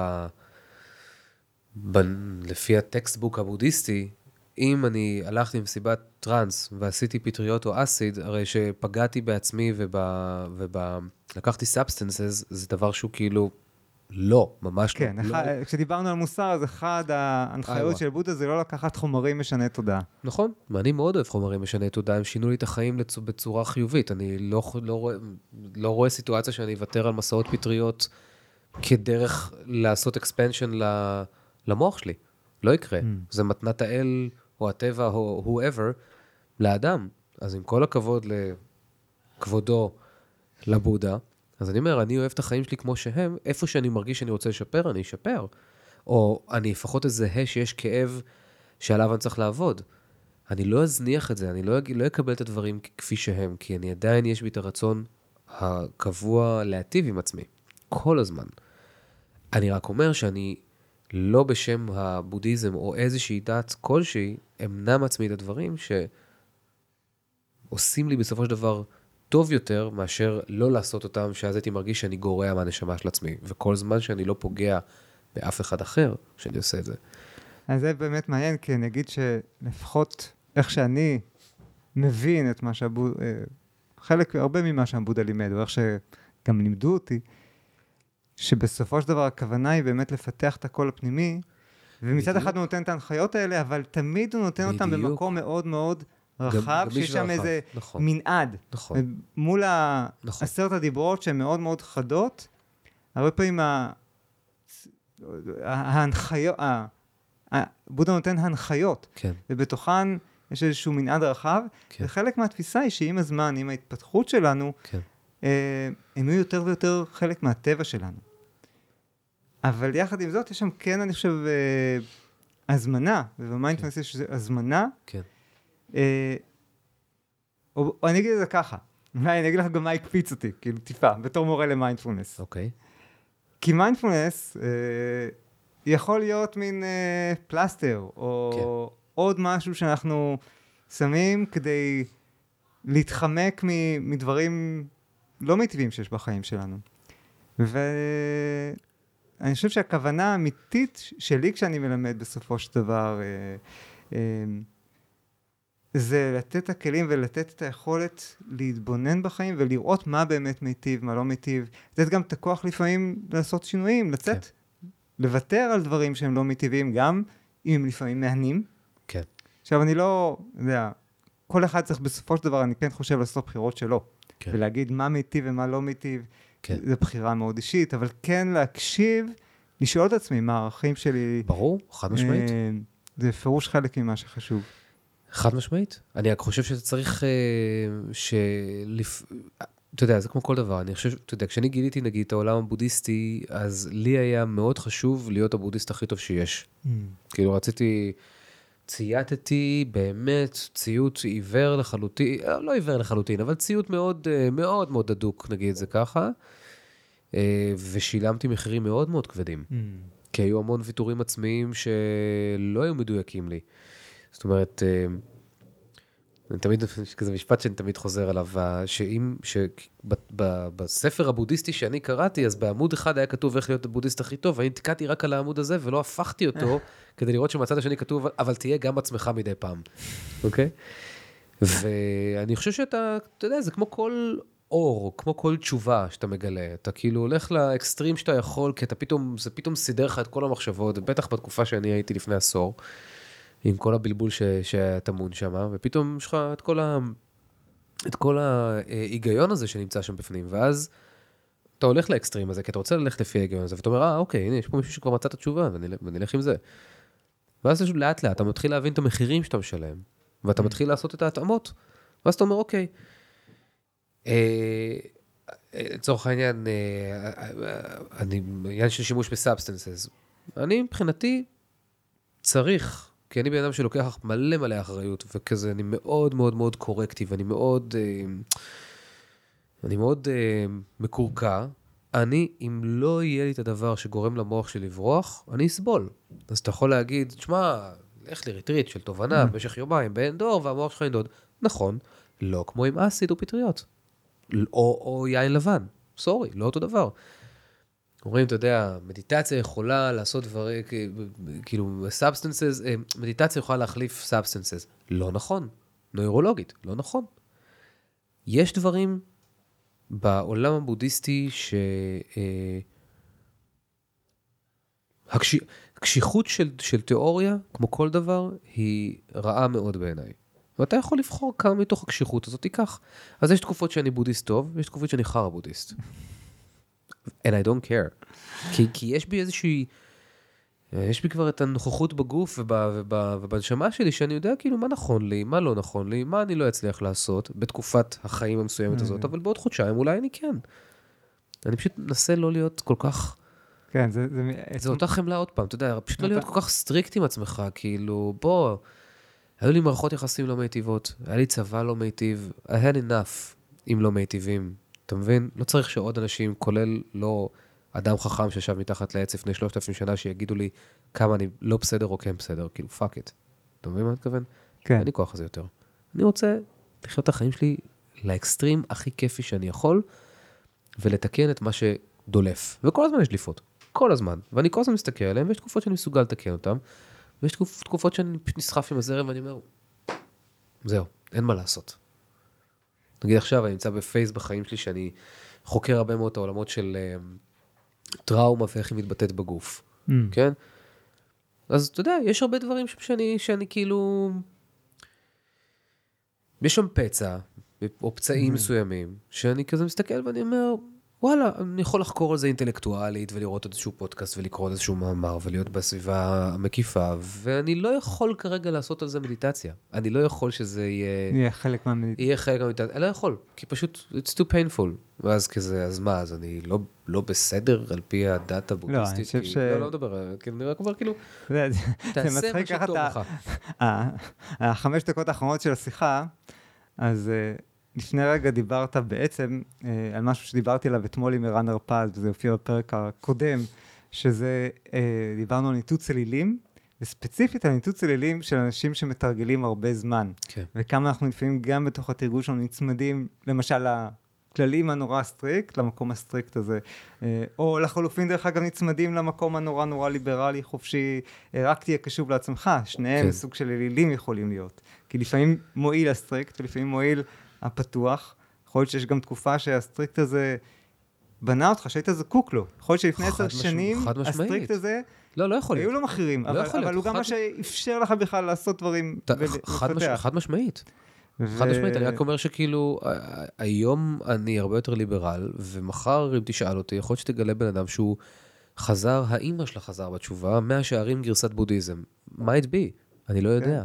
לפי הטקסטבוק הבודהיסטי, אם אני הלכתי עם סיבת טרנס ועשיתי פטריות או אסיד, הרי שפגעתי בעצמי לקחתי סאבסטנסס, זה דבר שהוא כאילו לא, ממש כן, לא. כשדיברנו על מוסר, אז אחד ההנחיות של בודה זה לא לקחת חומרים משני תודעה. נכון, ואני מאוד אוהב חומרים משני תודעה, הם שינו לי את החיים בצורה חיובית. אני לא רואה סיטואציה שאני אוותר על מסעות פטריות כדרך לעשות אקספנשן למוח שלי. לא יקרה. זה מתנת האל או הטבע או whoever לאדם. אז עם כל הכבוד לכבודו לבודה, אז אני אומר, אני אוהב את החיים שלי כמו שהם, איפה שאני מרגיש שאני רוצה לשפר, אני אשפר. או אני לפחות אזהה שיש כאב שעליו אני צריך לעבוד. אני לא אזניח את זה, אני לא אקבל את הדברים כפי שהם, כי אני עדיין יש בי את הרצון הקבוע להטיב עם עצמי, כל הזמן. אני רק אומר שאני לא בשם הבודהיזם או איזושהי דת כלשהי, אמנע מעצמי את הדברים שעושים לי בסופו של דבר טוב יותר מאשר לא לעשות אותם, שאז הייתי מרגיש שאני גורע מהנשמה של עצמי, וכל זמן שאני לא פוגע באף אחד אחר, שאני עושה את זה. אז זה באמת מעניין, כי אני אגיד שלפחות איך שאני מבין את מה הרבה ממה שהבודה לימד, או איך שגם לימדו אותי, שבסופו של דבר הכוונה היא באמת לפתח את הקול הפנימי, ומצד אחד הוא נותן את ההנחיות האלה, אבל תמיד הוא נותן אותם במקום מאוד מאוד רחב, שיש שם איזה מנעד. מול 10 הדיברות שהן מאוד מאוד חדות, הרבה פעמים ההנחיות, בודה נותן הנחיות, ובתוכן יש איזשהו מנעד רחב, וחלק מהתפיסה היא שעם הזמן, עם ההתפתחות שלנו, הם יהיו יותר ויותר חלק מהטבע שלנו. אבל יחד עם זאת, יש שם כן, אני חושב, הזמנה, ובמיינדפולנס יש הזמנה, או אני אגיד את זה ככה, אני אגיד לך גם מה הקפיץ אותי, כאילו טיפה, בתור מורה למיינדפולנס. אוקיי. כי מיינדפולנס יכול להיות מין פלסטר, או עוד משהו שאנחנו שמים כדי להתחמק מדברים לא מיטיבים שיש בחיים שלנו. ואני חושב שהכוונה האמיתית שלי כשאני מלמד בסופו של דבר, זה לתת את הכלים ולתת את היכולת להתבונן בחיים ולראות מה באמת מיטיב, מה לא מיטיב. לתת גם את הכוח לפעמים לעשות שינויים, לצאת, לוותר על דברים שהם לא מיטיבים, גם אם הם לפעמים מהנים. כן. עכשיו אני לא, יודע, כל אחד צריך בסופו של דבר, אני כן חושב לעשות בחירות שלו. כן. ולהגיד מה מיטיב ומה לא מיטיב, כן. זו בחירה מאוד אישית, אבל כן להקשיב, לשאול את עצמי מה הערכים שלי. ברור, חד משמעית. זה פירוש חלק ממה שחשוב. חד משמעית. אני רק חושב שזה צריך אתה יודע, זה כמו כל דבר. אני חושב, אתה יודע, כשאני גיליתי נגיד את העולם הבודהיסטי, אז לי היה מאוד חשוב להיות הבודהיסט הכי טוב שיש. כאילו צייתתי באמת ציות עיוור לחלוטין, לא עיוור לחלוטין, אבל ציות מאוד מאוד מאוד הדוק, נגיד זה ככה, ושילמתי מחירים מאוד מאוד כבדים. כי היו המון ויתורים עצמיים שלא היו מדויקים לי. זאת אומרת, תמיד, כזה משפט שאני תמיד חוזר עליו, שבספר הבודהיסטי שאני קראתי, אז בעמוד אחד היה כתוב איך להיות הבודהיסט הכי טוב, ואני תקעתי רק על העמוד הזה, ולא הפכתי אותו, כדי לראות שמצד השני כתוב, אבל תהיה גם עצמך מדי פעם. אוקיי? ואני חושב שאתה יודע, זה כמו כל אור, כמו כל תשובה שאתה מגלה. אתה כאילו הולך לאקסטרים שאתה יכול, כי זה פתאום סידר לך את כל המחשבות, בטח בתקופה שאני הייתי לפני עשור, עם כל הבלבול שטמון שם, ופתאום יש לך את כל ההיגיון הזה שנמצא שם בפנים, ואז אתה הולך לאקסטרים הזה, כי אתה רוצה ללכת לפי ההיגיון הזה, ואתה אומר, אוקיי, הנה, יש פה מישהו שכבר מצא את התשובה, ונלך עם זה. ואז לאט לאט, אתה מתחיל להבין את המחירים שאתה משלם, ואתה מתחיל לעשות את ההתאמות, ואז אתה אומר, אוקיי, לצורך העניין, עניין של שימוש בסאבסטנסס, אני מבחינתי צריך, כי אני בן אדם שלוקח מלא מלא אחריות, וכזה אני מאוד מאוד מאוד קורקטי, ואני מאוד מקורקע, אם לא יהיה לי את הדבר שגורם למוח שלי לברוח, אני אסבול. אז אתה יכול להגיד, תשמע, לך לי ריטריט של תובנה במשך יומיים באין דור, והמוח שלך ינדוד. נכון, לא כמו עם אסיד או פטריות. או יין לבן. סורי, לא אותו דבר. אומרים, אתה יודע, מדיטציה יכולה לעשות דברים, כאילו, substances, מדיטציה יכולה להחליף substances. לא נכון. נוירולוגית, לא נכון. יש דברים בעולם הבודהיסטי הקשיחות של תיאוריה, כמו כל דבר, היא רעה מאוד בעיניי. ואתה יכול לבחור כמה מתוך הקשיחות הזאת תיקח. אז יש תקופות שאני בודהיסט טוב, ויש תקופות שאני חרא בודהיסט. And I don't care. כי יש בי איזושהי, יש בי כבר את הנוכחות בגוף ובנשמה שלי, שאני יודע כאילו מה נכון לי, מה לא נכון לי, מה אני לא אצליח לעשות בתקופת החיים המסוימת הזאת, אבל בעוד חודשיים אולי אני כן. אני פשוט מנסה לא להיות כל כך, כן, זה אותה חמלה עוד פעם, אתה יודע, פשוט לא להיות כל כך סטריקט עם עצמך, כאילו, בוא, היו לי מערכות יחסים לא מיטיבות, היה לי צבא לא מיטיב, I had enough אם לא מיטיבים, אתה מבין? לא צריך שעוד אנשים, כולל לא אדם חכם שישב מתחת לעץ לפני 3,000 שנה, שיגידו לי כמה אני לא בסדר או כן בסדר, כאילו, fuck it. אתה מבין מה אני מתכוון? כן. אין לי כוח לזה יותר. אני רוצה לחיות את החיים שלי לאקסטרים הכי כיפי שאני יכול, ולתקן את מה שדולף. וכל הזמן יש דליפות. כל הזמן. ואני כל הזמן מסתכל עליהם, ויש תקופות שאני מסוגל לתקן אותם, ויש תקופות שאני פשוט נסחף עם הזרם, ואני אומר, זהו, אין מה לעשות. נגיד עכשיו, אני נמצא בפייס בחיים שלי, שאני חוקר הרבה מאוד את העולמות של טראומה, ואיך היא מתבטאת בגוף. כן? אז אתה יודע, יש הרבה דברים שאני כאילו, יש שם פצע, או פצעים מסוימים, שאני כזה מסתכל ואני אומר, וואלה, אני יכול לחקור על זה אינטלקטואלית, ולראות איזשהו פודקאסט, ולקרוא איזשהו מאמר, ולהיות בסביבה המקיפה, ואני לא יכול כרגע לעשות על זה מדיטציה. אני לא יכול שזה יהיה חלק מהמדיטציה. יהיה חלק מהמדיטציה. אני לא יכול, כי פשוט, it's too painful. ואז כזה, אז מה, אז אני לא בסדר על פי הדת הבודהיסטית? לא, אני חושב לא מדבר, אני רק אומר כאילו, זה תעשה מה שטוב לך. 5 דקות האחרונות של השיחה, אז לפני רגע דיברת בעצם על משהו שדיברתי עליו אתמול עם ערן הרפז, וזה הופיע בפרק הקודם, שזה, דיברנו על ניתוץ אלילים, וספציפית על ניתוץ אלילים של אנשים שמתרגלים הרבה זמן. כן. וכמה אנחנו לפעמים גם בתוך התרגול שלנו נצמדים, למשל לכללים הנורא סטריקט, למקום הסטריקט הזה, או לחלופין דרך אגב נצמדים למקום הנורא ליברלי, חופשי, רק תהיה קשוב לעצמך, שניהם כן. סוג של אלילים יכולים להיות. כי לפעמים מועיל הסטריקט, ולפעמים מועיל הפתוח. יכול להיות שיש גם תקופה שהסטריקט הזה בנה אותך, שהיית זקוק לו. יכול להיות שלפני 10 שנים, הסטריקט הזה, לא יכול להיות. היו לו מחירים, אבל הוא גם מה שאפשר לך בכלל לעשות דברים ולפתח. חד משמעית. חד משמעית, אני רק אומר שכאילו, היום אני הרבה יותר ליברל, ומחר אם תשאל אותי, יכול להיות שתגלה בן אדם שהוא חזר, האמא שלה חזר בתשובה, מהשערים גרסת בודהיזם. might be, אני לא יודע.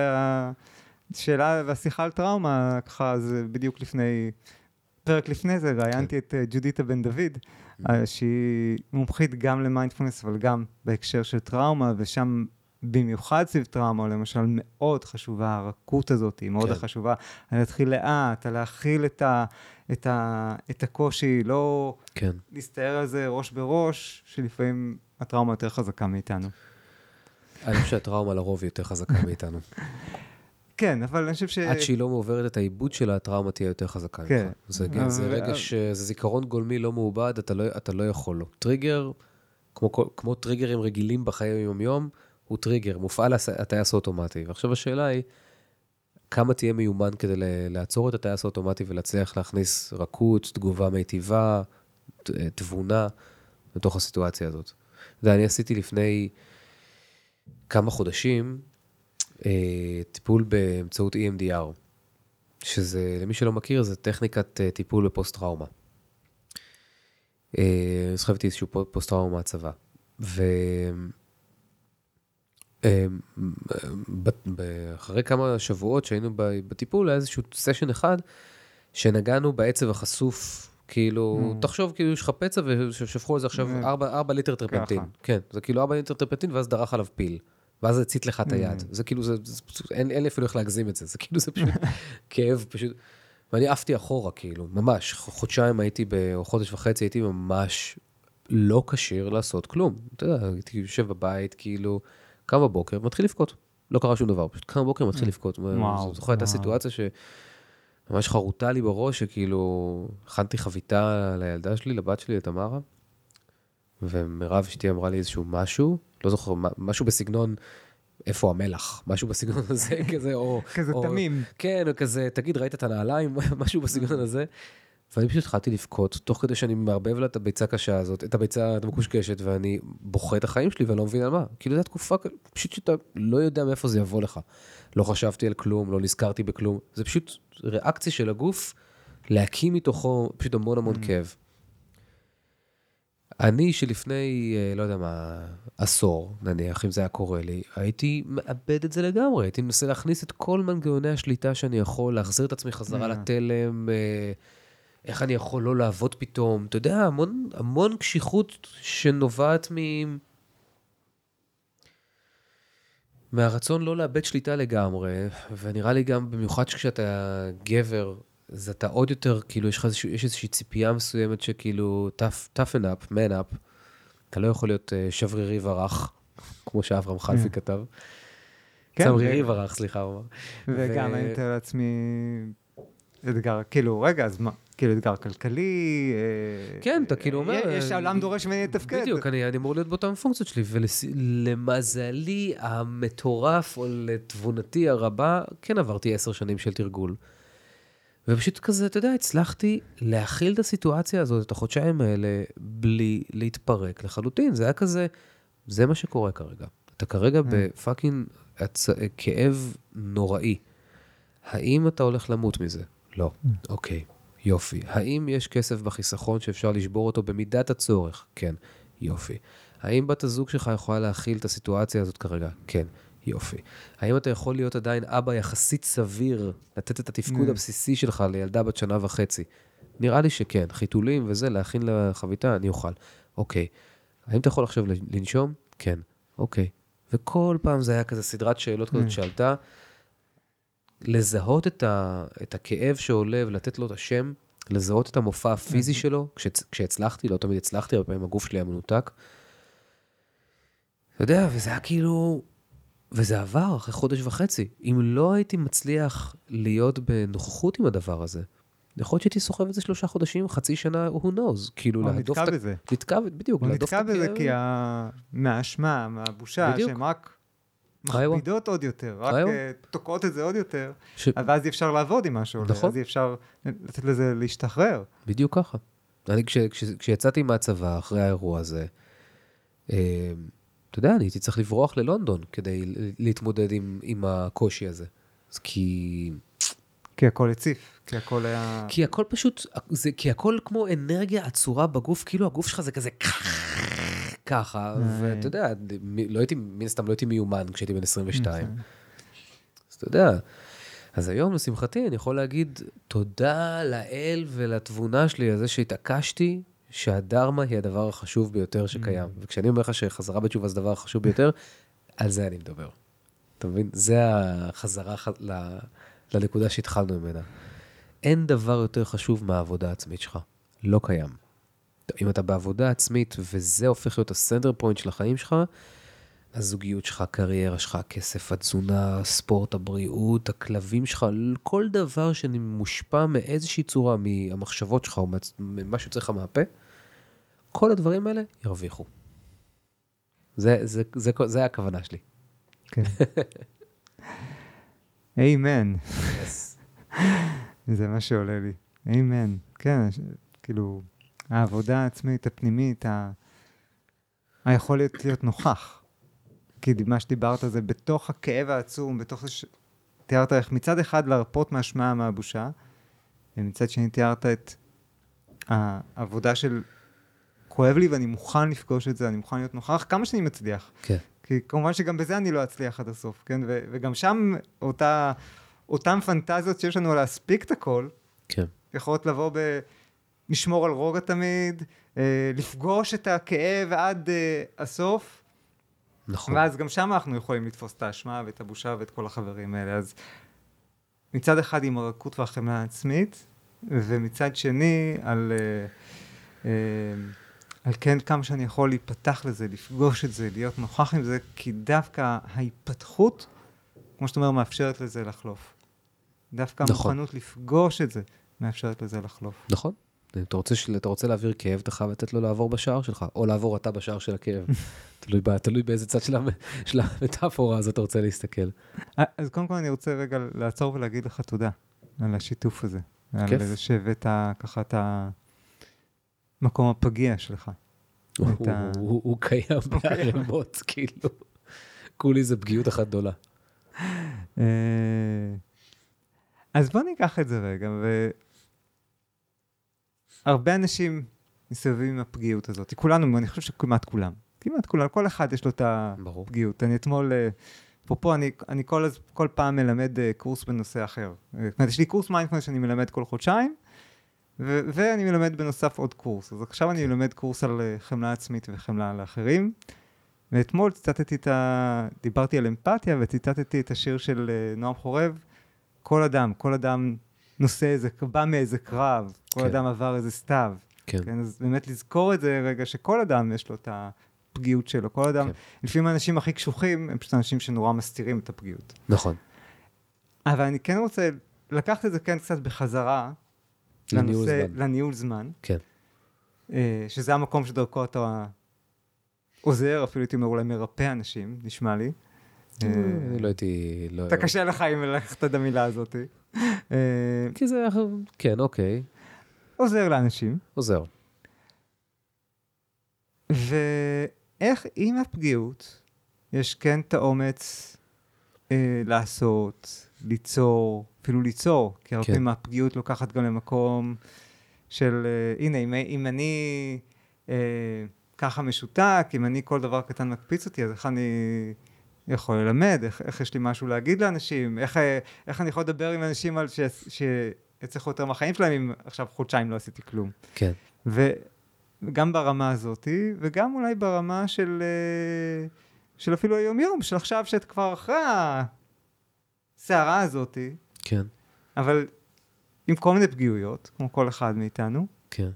שאלה והשיחה על טראומה, ככה, זה בדיוק לפני, פרק לפני זה, ראיינתי את ג'ודיטה בן דוד, שהיא מומחית גם למיינדפולנס, אבל גם בהקשר של טראומה, ושם במיוחד סביב טראומה, למשל, מאוד חשובה, הרכות הזאת, היא מאוד חשובה, להתחיל לאט, להכיל את הקושי, לא להסתער על זה ראש בראש, שלפעמים הטראומה יותר חזקה מאיתנו. אני חושב שהטראומה לרוב יותר חזקה מאיתנו. כן, אבל אני חושב ש... עד שהיא לא מעוברת את העיבוד שלה, הטראומה תהיה יותר חזקה. כן. זה רגע שזה זיכרון גולמי לא מעובד, אתה לא יכול לו. טריגר, כמו טריגרים רגילים בחיי היום-יום, הוא טריגר, מופעל הטייס האוטומטי. ועכשיו השאלה היא, כמה תהיה מיומן כדי לעצור את הטייס האוטומטי ולהצליח להכניס רכות, תגובה מיטיבה, תבונה, לתוך הסיטואציה הזאת. ואני עשיתי לפני כמה חודשים, טיפול באמצעות EMDR, שזה, למי שלא מכיר, זה טכניקת טיפול בפוסט-טראומה. אז חייבתי איזשהו פוסט-טראומה מהצבא. אחרי כמה שבועות שהיינו בטיפול, היה איזשהו סשן אחד, שנגענו בעצב החשוף, כאילו, תחשוב, כאילו, יש לך פצע, ושפכו על זה עכשיו 4 ליטר טרפנטין. כן, זה כאילו 4 ליטר טרפנטין, ואז דרך עליו פיל. ואז זה הצית לך את היד. זה כאילו, אין לי אפילו איך להגזים את זה. זה כאילו, זה פשוט כאב, פשוט. ואני עפתי אחורה, כאילו, ממש. חודשיים הייתי, או חודש וחצי הייתי ממש לא כשיר לעשות כלום. אתה יודע, הייתי יושב בבית, כאילו, קם בבוקר, מתחיל לבכות. לא קרה שום דבר, פשוט קם בבוקר, מתחיל לבכות. זוכר, הייתה סיטואציה שממש חרוטה לי בראש, שכאילו, הכנתי חביתה לילדה שלי, לבת שלי, לתמרה, ומירב אשתי אמרה לי איזשהו משהו, לא זוכר, משהו בסגנון, איפה המלח? משהו בסגנון הזה, כזה, או... כזה תמים. כן, או כזה, תגיד, ראית את הנעליים? משהו בסגנון הזה. ואני פשוט התחלתי לבכות, תוך כדי שאני מערבב לה את הביצה הקשה הזאת, את הביצה המקושקשת, ואני בוכה את החיים שלי, ואני לא מבין על מה. כאילו, זו התקופה, פשוט שאתה לא יודע מאיפה זה יבוא לך. לא חשבתי על כלום, לא נזכרתי בכלום. זה פשוט ריאקציה של הגוף, להקים מתוכו פשוט המון המון כאב. אני שלפני, לא יודע מה, עשור, נניח, אם זה היה קורה לי, הייתי מאבד את זה לגמרי. הייתי מנסה להכניס את כל מנגנוני השליטה שאני יכול, להחזיר את עצמי חזרה לתלם, איך אני יכול לא לעבוד פתאום. אתה יודע, המון קשיחות שנובעת מהרצון לא לאבד שליטה לגמרי, ונראה לי גם במיוחד כשאתה גבר, אז אתה עוד יותר, כאילו, יש איזושהי ציפייה מסוימת שכאילו, toughen up, man up, אתה לא יכול להיות שברירי ורח, כמו שאברהם חלפי כתב. צמרירי ורח, סליחה, הוא אמר. וגם אני מתאר לעצמי אתגר, כאילו, רגע, אז מה? כאילו, אתגר כלכלי, כן, אתה כאילו אומר... יש העולם דורש ממני לתפקד. בדיוק, אני אמור להיות באותן פונקציות שלי, ולמזלי המטורף, או לתבונתי הרבה, כן עברתי 10 שנים של תרגול. ופשוט כזה, אתה יודע, הצלחתי להכיל את הסיטואציה הזאת, את החודשיים האלה, בלי להתפרק לחלוטין. זה היה כזה, זה מה שקורה כרגע. אתה כרגע בפאקינג כאב נוראי. האם אתה הולך למות מזה? לא. אוקיי, יופי. האם יש כסף בחיסכון שאפשר לשבור אותו במידת הצורך? כן, יופי. האם בת הזוג שלך יכולה להכיל את הסיטואציה הזאת כרגע? כן. יופי. האם אתה יכול להיות עדיין אבא יחסית סביר, לתת את התפקוד הבסיסי שלך לילדה בת 1.5 שנה? נראה לי שכן, חיתולים וזה, להכין לחביתה, אני אוכל. אוקיי. האם אתה יכול עכשיו לנשום? כן. אוקיי. וכל פעם זה היה כזה סדרת שאלות כזאת שעלתה, לזהות את הכאב שעולה ולתת לו את השם, לזהות את המופע הפיזי שלו, כשהצלחתי, לא תמיד הצלחתי, הרבה פעמים הגוף שלי היה מנותק. אתה יודע, וזה היה כאילו... וזה עבר אחרי חודש וחצי. אם לא הייתי מצליח להיות בנוכחות עם הדבר הזה, יכול להיות שהייתי סוחב את זה 3 חודשים, חצי שנה, who knows. כאילו, להדוף את... בזה. נתקע בזה, בדיוק. הוא נתקע בזה כי מהאשמה, מהבושה, שהן רק מכבידות עוד יותר, רק תוקעות את זה עוד יותר, ואז אי אפשר לעבוד עם משהו, אז אי אפשר לתת לזה להשתחרר. בדיוק ככה. אני, כשיצאתי מהצבא אחרי האירוע הזה, אתה יודע, אני הייתי צריך לברוח ללונדון כדי להתמודד עם הקושי הזה. אז כי הכל הציף, כי הכל היה... כי הכל פשוט, כי הכל כמו אנרגיה עצורה בגוף, כאילו הגוף שלך זה כזה ככה, ואתה יודע, מן הסתם לא הייתי מיומן כשהייתי בן 22. אז אתה יודע, אז היום לשמחתי אני יכול להגיד תודה לאל ולתבונה שלי, על זה שהתעקשתי, שהדרמה היא הדבר החשוב ביותר שקיים. וכשאני אומר לך שחזרה בתשובה זה הדבר החשוב ביותר, על זה אני מדבר. אתה מבין? זה החזרה לנקודה שהתחלנו ממנה. אין דבר יותר חשוב מהעבודה העצמית שלך. לא קיים. אם אתה בעבודה עצמית, וזה הופך להיות הסנטר פוינט של החיים שלך, הזוגיות שלך, הקריירה שלך, הכסף, התזונה, הספורט, הבריאות, הכלבים שלך, כל דבר שמושפע מאיזושהי צורה, מהמחשבות שלך, או ממה שיוצא לך מהפה, כל הדברים האלה ירוויחו. זה הכוונה שלי. כן. אמן. זה מה שעולה לי. אמן. כן, כאילו, העבודה העצמית, הפנימית, היכולת להיות נוכח. כי מה שדיברת זה בתוך הכאב העצום, בתוך זה תיארת איך מצד אחד להרפות מהשמעה, מהבושה, ומצד שני תיארת את העבודה של כואב לי ואני מוכן לפגוש את זה, אני מוכן להיות נוכח, כמה שאני מצליח. כן. כי כמובן שגם בזה אני לא אצליח עד הסוף, כן? וגם שם אותם פנטזיות שיש לנו להספיק את הכל, כן. יכולות לבוא לשמור על רוגע תמיד, לפגוש את הכאב עד הסוף, נכון. ואז גם שם אנחנו יכולים לתפוס את האשמה ואת הבושה ואת כל החברים האלה. אז מצד אחד עם הרכות והחמלה העצמית, ומצד שני על כן כמה שאני יכול להיפתח לזה, לפגוש את זה, להיות נוכח עם זה, כי דווקא ההתפתחות, כמו שאתה אומר, מאפשרת לזה לחלוף. דווקא המוכנות לפגוש את זה, מאפשרת לזה לחלוף. נכון. אתה רוצה להעביר כאב, אתה חייב לתת לו לעבור בשער שלך, או לעבור אתה בשער של הכאב. תלוי באיזה צד של המטאפורה, אז אתה רוצה להסתכל. אז קודם כל אני רוצה רגע לעצור ולהגיד לך תודה על השיתוף הזה. כיף. על זה שהבאת ככה את המקום הפגיע שלך. הוא קיים בערמות, כאילו. כולי זה פגיעות אחת גדולה. אז בוא ניקח את זה רגע, הרבה אנשים מסתובבים עם הפגיעות הזאת. כולנו, אני חושב שכמעט כולם. כמעט כולם, כל אחד יש לו את הפגיעות. אני אתמול, פה אני כל פעם מלמד קורס בנושא אחר. זאת אומרת, יש לי קורס מיינדפולנס שאני מלמד כל חודשיים, ואני מלמד בנוסף עוד קורס. אז עכשיו אני מלמד קורס על חמלה עצמית וחמלה לאחרים. ואתמול דיברתי על אמפתיה, וציטטתי את השיר של נועם חורב, כל אדם נושא בא מאיזה קרב, כל אדם עבר איזה סתיו. כן, אז באמת לזכור את זה רגע שכל אדם יש לו את הפגיעות שלו, כל אדם, לפעמים האנשים הכי קשוחים, הם פשוט אנשים שנורא מסתירים את הפגיעות. נכון. אבל אני כן רוצה לקחת את זה כן קצת בחזרה, לניהול זמן. כן. שזה המקום שדרכו אתה עוזר, אפילו הייתי אומר אולי מרפא אנשים, נשמע לי. לא הייתי... אתה קשה לך אם ללכת את המילה הזאת. כי זה... כן, אוקיי. עוזר לאנשים. עוזר. ואיך עם הפגיעות יש כן את האומץ לעשות, ליצור, אפילו ליצור, כי הרבה מהפגיעות לוקחת גם למקום של, הנה, אם אני ככה משותק, אם אני כל דבר קטן מקפיץ אותי, אז איך אני יכול ללמד, איך יש לי משהו להגיד לאנשים, איך אני יכול לדבר עם אנשים על שיצליחו יותר מהחיים שלהם, אם עכשיו חודשיים לא עשיתי כלום. כן. וגם ברמה הזאת, וגם אולי ברמה של אפילו היום-יום, של עכשיו שאת כבר אחרי הסערה הזאת. כן. אבל עם כל מיני פגיעויות, כמו כל אחד מאיתנו. כן.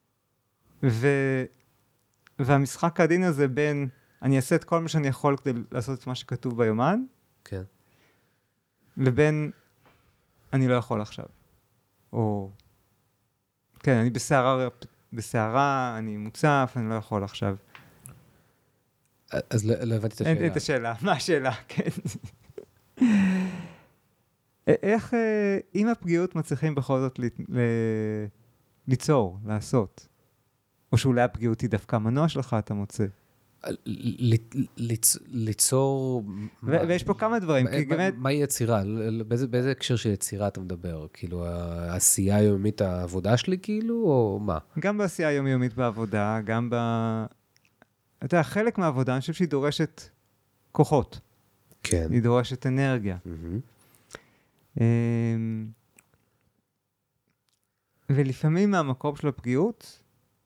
והמשחק העדין הזה בין, אני אעשה את כל מה שאני יכול כדי לעשות את מה שכתוב ביומן, כן. לבין, אני לא יכול עכשיו. או, כן, אני בסערה, אני מוצף, אני לא יכול עכשיו. אז לא הבנתי את השאלה. את השאלה, מה השאלה? כן. איך, אם הפגיעות מצליחים בכל זאת ליצור, לעשות, או שאולי הפגיעות היא דווקא המנוע שלך, אתה מוצא? ליצור... ויש פה כמה דברים, כי באמת... מהי יצירה? באיזה הקשר של יצירה אתה מדבר? כאילו, העשייה היומית העבודה שלי, כאילו, או מה? גם בעשייה היומיומית בעבודה, גם אתה יודע, חלק מהעבודה, אני חושב שהיא דורשת כוחות. כן. היא דורשת אנרגיה. ולפעמים מהמקום של הפגיעות,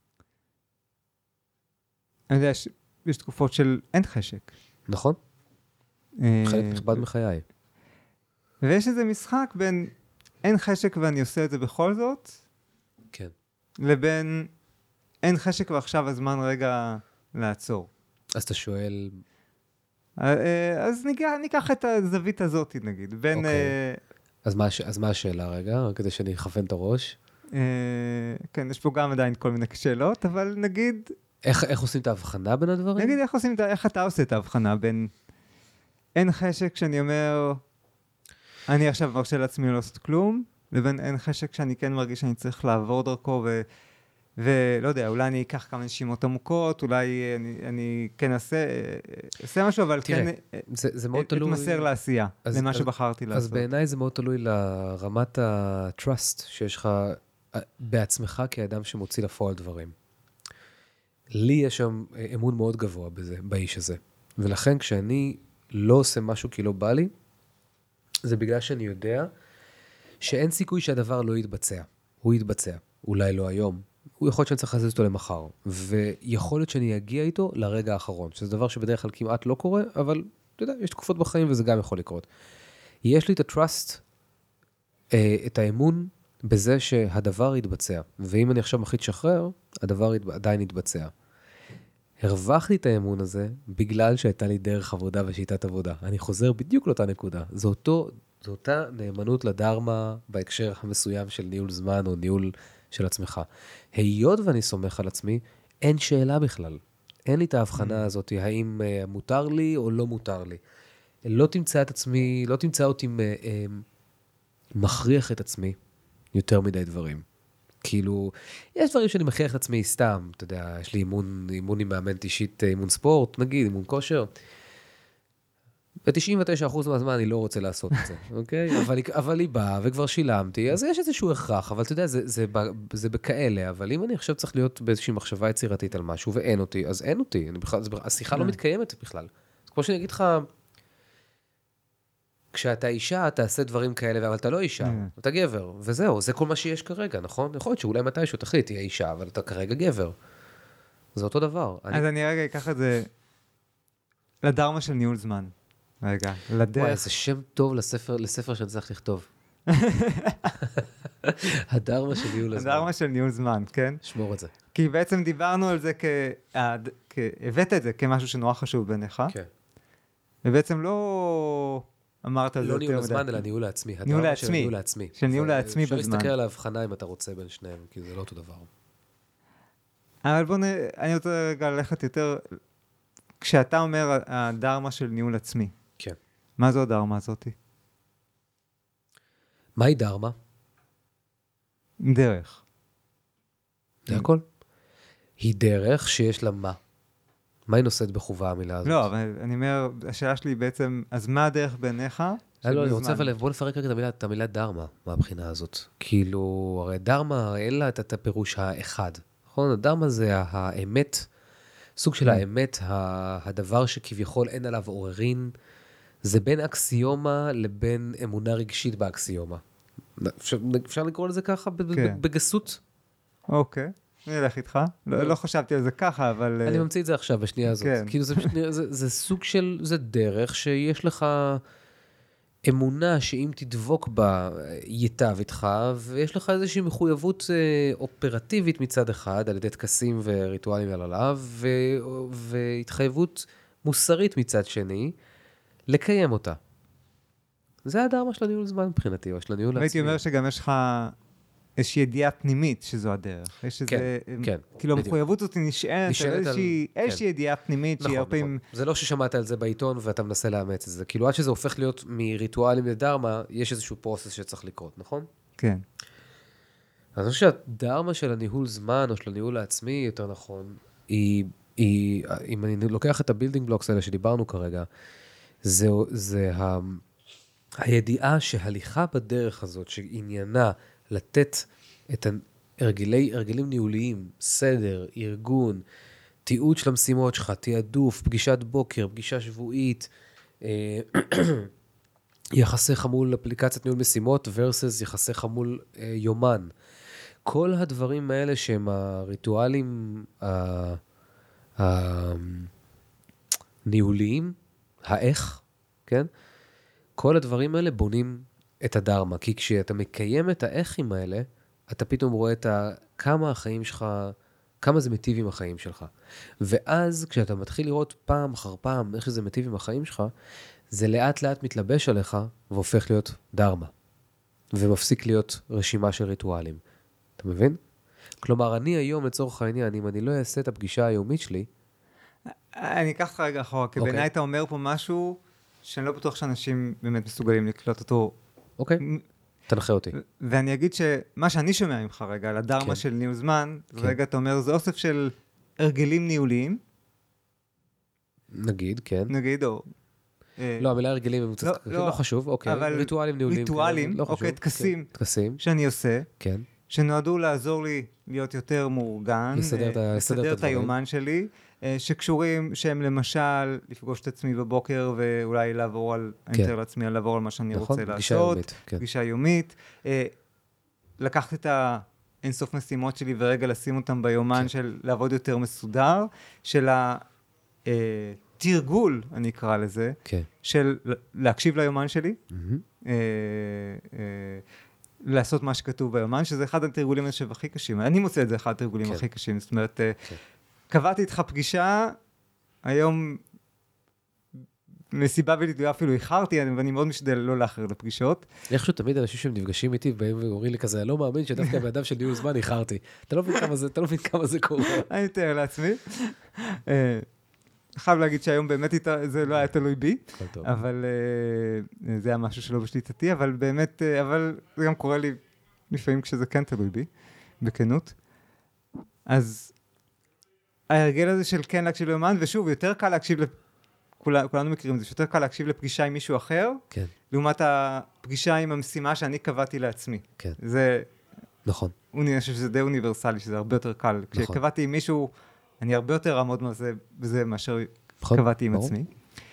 אני יודע, יש תקופות של אין חשק. נכון. חלק נכבד מחיי. ויש איזה משחק בין אין חשק ואני עושה את זה בכל זאת, כן. לבין אין חשק ועכשיו הזמן רגע לעצור. אז אתה שואל... אז ניקח את הזווית הזאת, נגיד. בין... אז מה השאלה רגע? כדי שאני אכוון את הראש. כן, יש פה גם עדיין כל מיני שאלות, אבל נגיד... איך עושים את ההבחנה בין הדברים? נגיד איך אתה עושה את ההבחנה בין אין חשק שאני אומר, אני עכשיו מרשה לעצמי לא לעשות כלום, לבין אין חשק שאני כן מרגיש שאני צריך לעבור דרכו, ולא יודע, אולי אני אקח כמה נשימות עמוקות, אולי אני כן אעשה משהו, אבל כן אתמסר לעשייה, למה שבחרתי לעשות. אז בעיניי זה מאוד תלוי לרמת ה-trust שיש לך בעצמך כאדם שמוציא לפועל דברים. לי יש שם אמון מאוד גבוה בזה, באיש הזה. ולכן כשאני לא עושה משהו כי לא בא לי, זה בגלל שאני יודע שאין סיכוי שהדבר לא יתבצע. הוא יתבצע. אולי לא היום. הוא יכול להיות שאני צריך לעשות אותו למחר. ויכול להיות שאני אגיע איתו לרגע האחרון, שזה דבר שבדרך כלל כמעט לא קורה, אבל אתה יודע, יש תקופות בחיים וזה גם יכול לקרות. יש לי את הטרסט את האמון בזה שהדבר יתבצע. ואם אני עכשיו מחליט לשחרר, הדבר עדיין יתבצע. הרווחתי את האמון הזה בגלל שהייתה לי דרך עבודה ושיטת עבודה. אני חוזר בדיוק לאותה נקודה. זו אותה נאמנות לדרמה בהקשר המסוים של ניהול זמן או ניהול של עצמך. היות ואני סומך על עצמי, אין שאלה בכלל. אין לי את ההבחנה הזאת, האם מותר לי או לא מותר לי. לא תמצא את עצמי, לא תמצא אותי מכריח את עצמי יותר מדי דברים. כאילו, יש דברים שאני מכריח את עצמי סתם, אתה יודע, יש לי אימון עם מאמנת אישית, אימון ספורט, נגיד, אימון כושר. ב-99% מהזמן אני לא רוצה לעשות את זה, אוקיי? אבל היא באה וכבר שילמתי, אז יש איזשהו הכרח, אבל אתה יודע, זה בכאלה, אבל אם אני עכשיו צריך להיות באיזושהי מחשבה יצירתית על משהו, ואין אותי, אז אין אותי. השיחה לא מתקיימת בכלל. אז כמו שאני אגיד לך, כשאתה אישה, תעשה דברים כאלה, אבל אתה לא אישה, אתה גבר, וזהו, זה כל מה שיש כרגע, נכון? יכול להיות שאולי מתישהו תחליט, תהיה אישה, אבל אתה כרגע גבר. זה אותו דבר. אז אני רגע אקח את זה לדרמה של ניהול זמן. רגע, לדרך. וואי, זה שם טוב לספר שאני צריך לכתוב. הדרמה של ניהול הזמן. הדרמה של ניהול זמן, כן? שמור את זה. כי בעצם דיברנו על זה הבאת את זה כמשהו שנורא חשוב בעיניך. כן. ובעצם לא אמרת על זה לא יותר ניהול הזמן, אלא ניהול העצמי. ניהול הדרמה של העצמי. ניהול העצמי. של ניהול העצמי בזמן. אפשר להסתכל על ההבחנה אם אתה רוצה בין שניהם, כי זה לא אותו דבר. אבל אני רוצה רגע ללכת יותר, כשאתה אומר הדרמה של ניהול עצמי. כן. מה זו הדרמה הזאת? מהי דרמה? דרך. זה הכל. היא דרך שיש לה מה. מה היא נושאת בחובה המילה הזאת? לא, אבל אני אומר, השאלה שלי בעצם, אז מה הדרך בעיניך? לא, אני רוצה, אבל בוא נפרק רק את המילה דרמה, מהבחינה הזאת. כאילו, הרי דרמה, אין לה את הפירוש האחד. נכון? הדרמה זה האמת, סוג של האמת, הדבר שכביכול אין עליו עוררין, זה בין אקסיומה לבין אמונה רגשית באקסיומה. אפשר לקרוא לזה ככה בגסות? אוקיי, אני אלך איתך. לא חשבתי על זה ככה, אבל... אני ממציא את זה עכשיו בשנייה הזאת. כאילו זה סוג של, זה דרך שיש לך אמונה שאם תדבוק בה ייטב איתך, ויש לך איזושהי מחויבות אופרטיבית מצד אחד, על ידי טקסים וריטואלים עליו, והתחייבות מוסרית מצד שני, לקיים אותה. זה הדרמה של הניהול זמן מבחינתי, או של הניהול העצמי. הייתי אומר שגם יש לך איזושהי ידיעה פנימית שזו הדרך. יש איזה, כן. כאילו המחויבות הזאת נשענת על איזושהי ידיעה פנימית שהיא הרבה פעמים... זה לא ששמעת על זה בעיתון ואתה מנסה לאמץ את זה. כאילו עד שזה הופך להיות מריטואלים לדרמה, יש איזשהו פרוסס שצריך לקרות, נכון? כן. אז אני חושב שהדרמה של הניהול זמן, או של הניהול העצמי, יותר נכון, היא, אם אני לוקח את הבילדינג בלוקס האלה שדיברנו כרגע, זה הידיעה שהליכה בדרך הזאת, שעניינה לתת את הרגלים ניהוליים, סדר, ארגון, תיעוד של המשימות שלך, תיעדוף, פגישת בוקר, פגישה שבועית, יחסי חמול אפליקציית ניהול משימות versus יחסי חמול יומן. כל הדברים האלה שהם הריטואלים הניהוליים, האיך, כן? כל הדברים האלה בונים את הדרמה, כי כשאתה מקיים את האיכים האלה, אתה פתאום רואה כמה החיים שלך, כמה זה מטיב עם החיים שלך. ואז כשאתה מתחיל לראות פעם אחר פעם איך זה מטיב עם החיים שלך, זה לאט לאט מתלבש עליך והופך להיות דרמה. ומפסיק להיות רשימה של ריטואלים. אתה מבין? כלומר, אני היום לצורך העניין, אם אני לא אעשה את הפגישה היומית שלי... אני אקח לך רגע אחורה, כי בעיניי אתה אומר פה משהו שאני לא בטוח שאנשים באמת מסוגלים לקלוט אותו. אוקיי, תנחה אותי. ואני אגיד שמה שאני שומע ממך רגע, על הדרמה של ניהול זמן, רגע אתה אומר, זה אוסף של הרגלים ניהוליים. נגיד, כן. נגיד, או... לא, המילה הרגלים הם קצת... לא חשוב, אוקיי. ריטואלים ניהוליים. ריטואלים, אוקיי, טקסים. שאני עושה. כן. שנועדו לעזור לי להיות יותר מאורגן. לסדר את היומן שלי. שקשורים, שהם למשל, לפגוש את עצמי בבוקר, ואולי לעבור על, אני מתאר לעצמי, לעבור על מה שאני רוצה לעשות. פגישה יומית. לקחת את האינסוף משימות שלי, ורגע לשים אותם ביומן של לעבוד יותר מסודר, של התרגול, אני אקרא לזה, של להקשיב ליומן שלי, לעשות מה שכתוב ביומן, שזה אחד התרגולים הכי קשים. אני מוצא את זה אחד התרגולים הכי קשים. זאת אומרת, קבעתי איתך פגישה, היום מסיבה ולתדויה אפילו איחרתי, ואני מאוד משתדל לא לאחר לפגישות. איכשהו תמיד אנשים שהם נפגשים איתי, באים ואומרים לי כזה, אני לא מאמין שדווקא באדם של ניהול זמן איחרתי. אתה לא מבין כמה זה קורה. אני מתאר לעצמי. חייב להגיד שהיום באמת זה לא היה תלוי בי, אבל זה היה משהו שלא בשליטתי, אבל באמת, אבל זה גם קורה לי לפעמים כשזה כן תלוי בי, בכנות. אז ההרגל הזה של כן להקשיב ליומן, ושוב, יותר קל להקשיב, כולנו מכירים את זה, יותר קל להקשיב לפגישה עם מישהו אחר, כן. לעומת הפגישה עם המשימה שאני קבעתי לעצמי. כן. זה... נכון. אני חושב שזה די אוניברסלי, שזה הרבה יותר קל. נכון. כשקבעתי עם מישהו, אני הרבה יותר עמוד בזה מאשר קבעתי עם עצמי.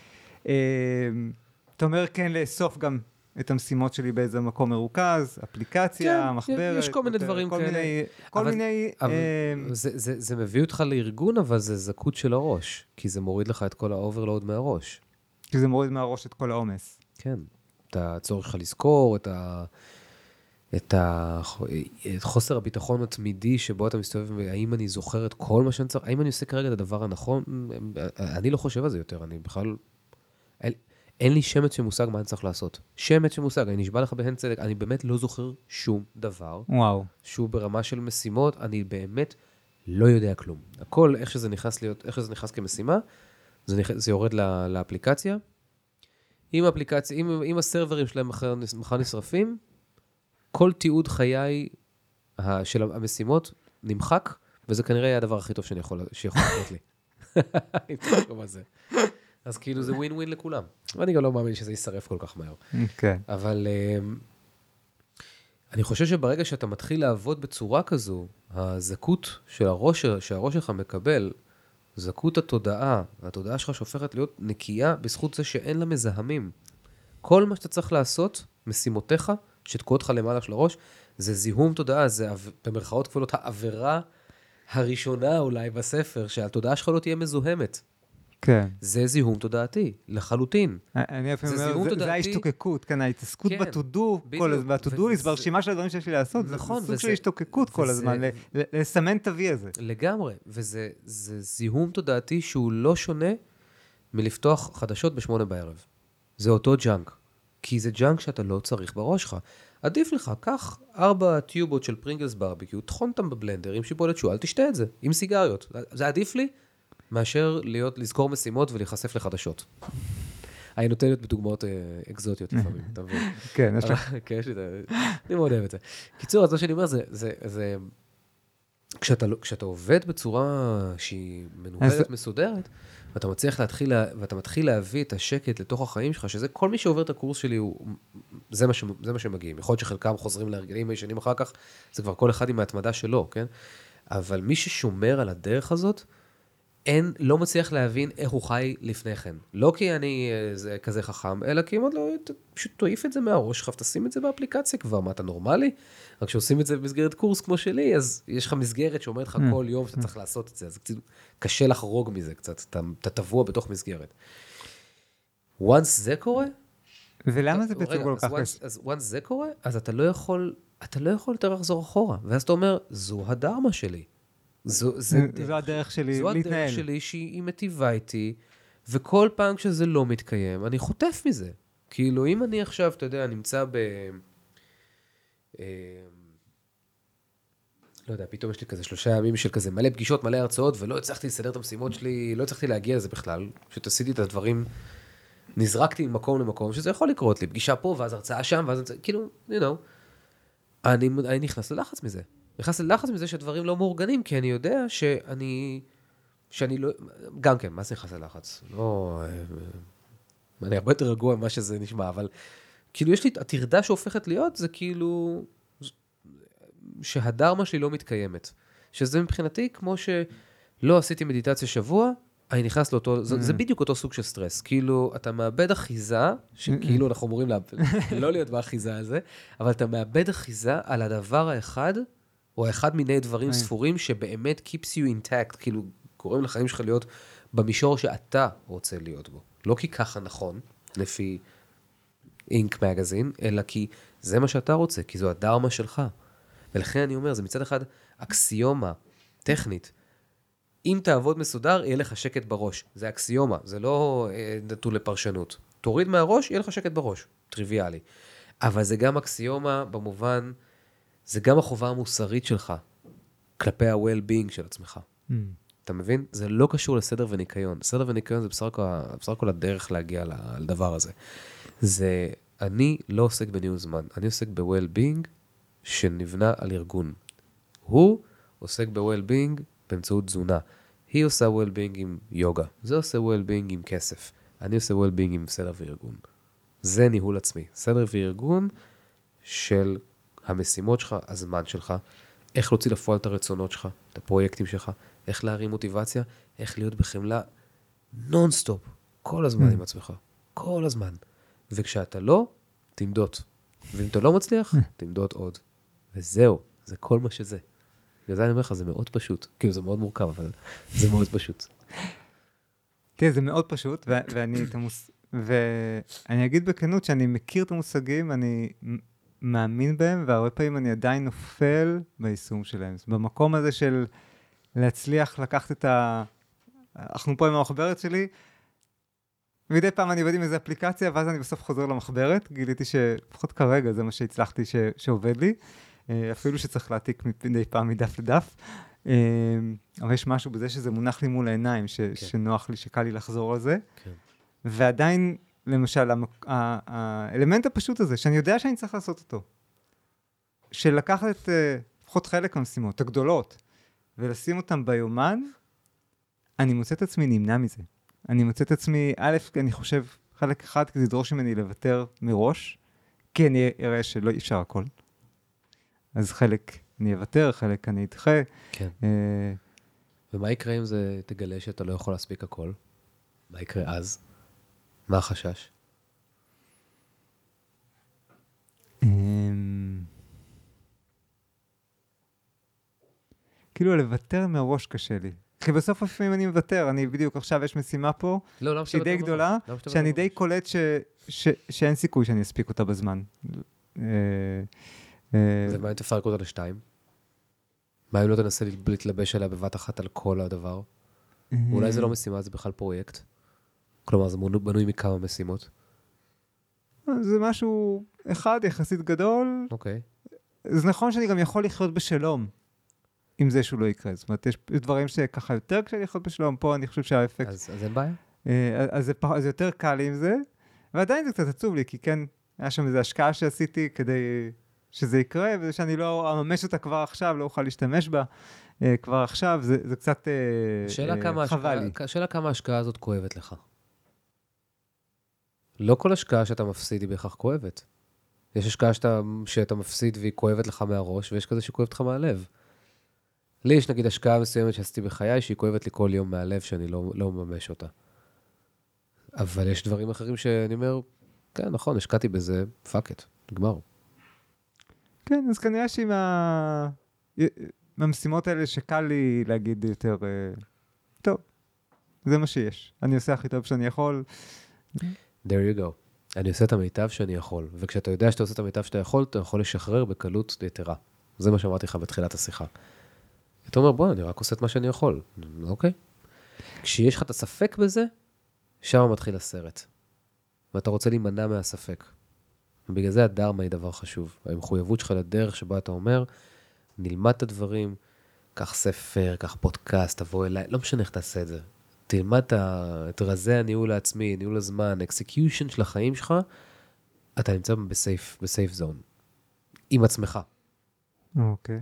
אתה אומר כן לאסוף גם את המשימות שלי באיזה מקום מרוכז, אפליקציה, מחברת. יש כל מיני דברים כאלה. כל מיני... זה מביא אותך לארגון, אבל זה זקות של הראש, כי זה מוריד לך את כל האוברלואוד מהראש. כי זה מוריד מהראש את כל העומס. כן. אתה צורך לך לזכור את חוסר הביטחון התמידי שבו אתה מסתובב, האם אני זוכר את כל מה שאני צריך, האם אני עושה כרגע את הדבר הנכון, אני לא חושב על זה יותר, אני בכלל, אין לי שמץ שמושג מה אני צריך לעשות. שמץ שמושג, אני נשבע לך בהן צדק, אני באמת לא זוכר שום דבר. וואו. שהוא ברמה של משימות, אני באמת לא יודע כלום. הכל, איך שזה נכנס כמשימה, זה יורד לאפליקציה. אם הסרברים שלהם מחר נשרפים, כל תיעוד חיי של המשימות נמחק, וזה כנראה יהיה הדבר הכי טוב שיכול לתת לי. אם תחשוב על זה. אז כאילו זה ווין ווין לכולם. ואני גם לא מאמין שזה יישרף כל כך מהר. כן. אבל אני חושב שברגע שאתה מתחיל לעבוד בצורה כזו, הזכות של הראש שלך מקבל, זכות התודעה שלך שהופכת להיות נקייה בזכות זה שאין לה מזהמים. כל מה שאתה צריך לעשות, משימותיך, שתקועות לך למעלה של הראש, זה זיהום תודעה, זה במרכאות כפולות העבירה הראשונה אולי בספר, שהתודעה שלך לא תהיה מזוהמת. כן. זה זיהום תודעתי, לחלוטין. אני אפילו אומר, זה ההשתוקקות, כן, ההתעסקות בתודו, בתודו, ברשימה של הדברים שיש לי לעשות, זה סוג של השתוקקות כל הזמן, לסמן תווי הזה. לגמרי, וזה זיהום תודעתי שהוא לא שונה מלפתוח חדשות ב8 בערב. זה אותו ג'אנק, כי זה ג'אנק שאתה לא צריך בראש שלך. עדיף לך, קח 4 טיובות של פרינגלס ברביקיו, תחון אותם בבלנדר עם שיבולת שועל, תשתה את זה, עם סיגריות. זה עדיף לי מאשר לזכור משימות ולהיחשף לחדשות. אני נותנת בדוגמאות אקזוטיות לפעמים, אתה מבין? כן, יש לך. כן, יש לי, אני מאוד אוהב את זה. קיצור, אז מה שאני אומר, זה כשאתה עובד בצורה שהיא מנוהלת, מסודרת, ואתה מתחיל להביא את השקט לתוך החיים שלך, שזה כל מי שעובר את הקורס שלי, זה מה שמגיעים. יכול להיות שחלקם חוזרים להרגלים הישנים אחר כך, זה כבר כל אחד עם ההתמדה שלו, כן? אבל מי ששומר על הדרך הזאת, לא מצליח להבין איך הוא חי לפני כן. לא כי אני כזה חכם, אלא כי עוד לא, פשוט תועיף את זה מהראש שלך, תשים את זה באפליקציה כבר, מה אתה נורמלי? רק שעושים את זה במסגרת קורס כמו שלי, אז יש לך מסגרת שאומרת לך כל יום שאתה צריך לעשות את זה, אז קצת קשה לחרוג מזה קצת, אתה טבוע בתוך מסגרת. once זה קורה, ולמה זה בעצם כל כך? אז once זה קורה, אז אתה לא יכול יותר לחזור אחורה, ואז אתה אומר, זו הדרמה שלי. זו הדרך שלי להתנהל. זו הדרך שלי שהיא מטיבה איתי, וכל פעם כשזה לא מתקיים, אני חוטף מזה. כאילו, אם אני עכשיו, אתה יודע, נמצא לא יודע, פתאום יש לי כזה 3 ימים של כזה מלא פגישות, מלא הרצאות, ולא הצלחתי לסדר את המשימות שלי, לא הצלחתי להגיע לזה בכלל, פשוט עשיתי את הדברים, נזרקתי ממקום למקום, שזה יכול לקרות לי, פגישה פה, ואז הרצאה שם, ואז כאילו, אני נכנס ללחץ מזה. נכנס ללחץ מזה שהדברים לא מאורגנים, כי אני יודע שאני לא, גם כן, מה זה נכנס ללחץ? לא, אני הרבה יותר רגוע ממה שזה נשמע, אבל כאילו יש לי, התרדה שהופכת להיות, זה כאילו, שהדרמה שלי לא מתקיימת. שזה מבחינתי כמו שלא עשיתי מדיטציה שבוע, אני נכנס לאותו, זה בדיוק אותו סוג של סטרס. כאילו, אתה מאבד אחיזה, שכאילו אנחנו אמורים לא להיות באחיזה הזה, אבל אתה מאבד אחיזה על הדבר האחד, או אחד מיני דברים ספורים שבאמת keeps you intact, כאילו גורם לחיים שלך להיות במישור שאתה רוצה להיות בו. לא כי ככה נכון, לפי אינק מגזין, אלא כי זה מה שאתה רוצה, כי זו הדרמה שלך. ולכן אני אומר, זה מצד אחד אקסיומה, טכנית. אם תעבוד מסודר, יהיה לך שקט בראש. זה אקסיומה, זה לא נתון לפרשנות. תוריד מהראש, יהיה לך שקט בראש. טריוויאלי. אבל זה גם אקסיומה במובן, זה גם החובה המוסרית שלך, כלפי ה-well-being של עצמך. אתה מבין? זה לא קשור לסדר וניקיון. סדר וניקיון זה בסך הכל הדרך להגיע לדבר הזה. זה, אני לא עוסק בניהול זמן, אני עוסק ב-well-being שנבנה על ארגון. הוא עוסק ב-well-being באמצעות תזונה. היא עושה well-being עם יוגה. זה עושה well-being עם כסף. אני עושה well-being עם סדר וארגון. זה ניהול עצמי. סדר וארגון של המשימות שלך, הזמן שלך, איך להוציא לפועל את הרצונות שלך, את הפרויקטים שלך, איך להרים מוטיבציה, איך להיות בחמלה נונסטופ, כל הזמן עם עצמך. כל הזמן. וכשאתה לא, תמדות. ואם אתה לא מצליח, תמדות עוד. וזהו, זה כל מה שזה. וזה אני אומר לך, זה מאוד פשוט. כאילו, זה מאוד מורכב, אבל זה מאוד פשוט. תראה, זה מאוד פשוט, ואני אגיד בכנות שאני מכיר את המושגים, אני מאמין בהם, והרבה פעמים אני עדיין נופל ביישום שלהם. במקום הזה של להצליח לקחת את אנחנו פה עם המחברת שלי, מדי פעם אני עובד עם איזו אפליקציה, ואז אני בסוף חוזר למחברת, גיליתי שלפחות כרגע זה מה שהצלחתי שעובד לי, אפילו שצריך להעתיק מדי פעם מדף לדף, אבל יש משהו בזה שזה מונח לי מול העיניים, שנוח לי, שקל לי לחזור על זה, ועדיין, למשל, האלמנט הפשוט הזה, שאני יודע שאני צריך לעשות אותו, של לקחת את לפחות חלק מהמשימות, הגדולות, ולשים אותם ביומן, אני מוצא את עצמי נמנע מזה. אני מוצא את עצמי, א', אני חושב, חלק אחד, כי זה ידרוש ממני לוותר מראש, כי אני אראה שלא אפשר הכל. אז חלק אני אוותר, חלק אני אדחה. כן. ומה יקרה אם זה תגלה שאתה לא יכול להספיק הכל? מה יקרה אז? מה החשש? כאילו לוותר מראש קשה לי. כי בסוף לפעמים אני מוותר, אני בדיוק עכשיו יש משימה פה, שהיא די גדולה, שאני די קולט שאין סיכוי שאני אספיק אותה בזמן. ומה אם תפרק אותה לשתיים? מה אם לא תנסה להתלבש עליה בבת אחת על כל הדבר? אולי זה לא משימה, זה בכלל פרויקט. כלומר, זה בנוי מכמה משימות. זה משהו אחד יחסית גדול. אוקיי. זה נכון שאני גם יכול לחיות בשלום. עם זה שהוא לא יקרה. זאת אומרת, יש דברים שככה יותר קשה לחיות בשלום, פה אני חושב שהאפקט... אז אין בעיה? אז זה יותר קל לי עם זה, ועדיין זה קצת עצוב לי, כי כן, היה שם איזו השקעה שעשיתי כדי שזה יקרה, ושאני לא אממש אותה כבר עכשיו, לא אוכל להשתמש בה כבר עכשיו, זה קצת חבל לי. השאלה כמה ההשקעה הזאת כואבת לך. לא כל השקעה שאתה מפסיד היא בהכרח כואבת. יש השקעה שאתה מפסיד והיא כואבת לך מהראש, ויש כזה שכואבת לך מהלב. לי יש נגיד השקעה מסוימת שעשיתי בחיי, שהיא כואבת לי כל יום מהלב, שאני לא ממש אותה. אבל יש דברים אחרים שאני אומר, כן, נכון, השקעתי בזה, פאק את, נגמר. כן, אז כנראה שעם המשימות האלה שקל לי להגיד יותר, טוב, זה מה שיש. אני עושה הכי טוב שאני יכול. There you go. אני עושה את המיטב שאני יכול, וכשאתה יודע שאתה עושה את המיטב שאתה יכול, אתה יכול לשחרר בקלות יתרה. זה מה שאמרתי לך בתחילת השיחה. אתה אומר, בוא, אני רק עושה את מה שאני יכול. אוקיי. כשיש לך את הספק בזה, שם מתחיל הסרט. ואתה רוצה להימנע מהספק. ובגלל זה הדרמה היא דבר חשוב. המחויבות שלך לדרך שבה אתה אומר, נלמד את הדברים, קח ספר, קח פודקאסט, תבוא אליי, לא משנה איך תעשה את זה. תלמד את רזי הניהול העצמי, ניהול הזמן, אקסקיושן של החיים שלך, אתה נמצא בסייף זון. עם עצמך. אוקיי.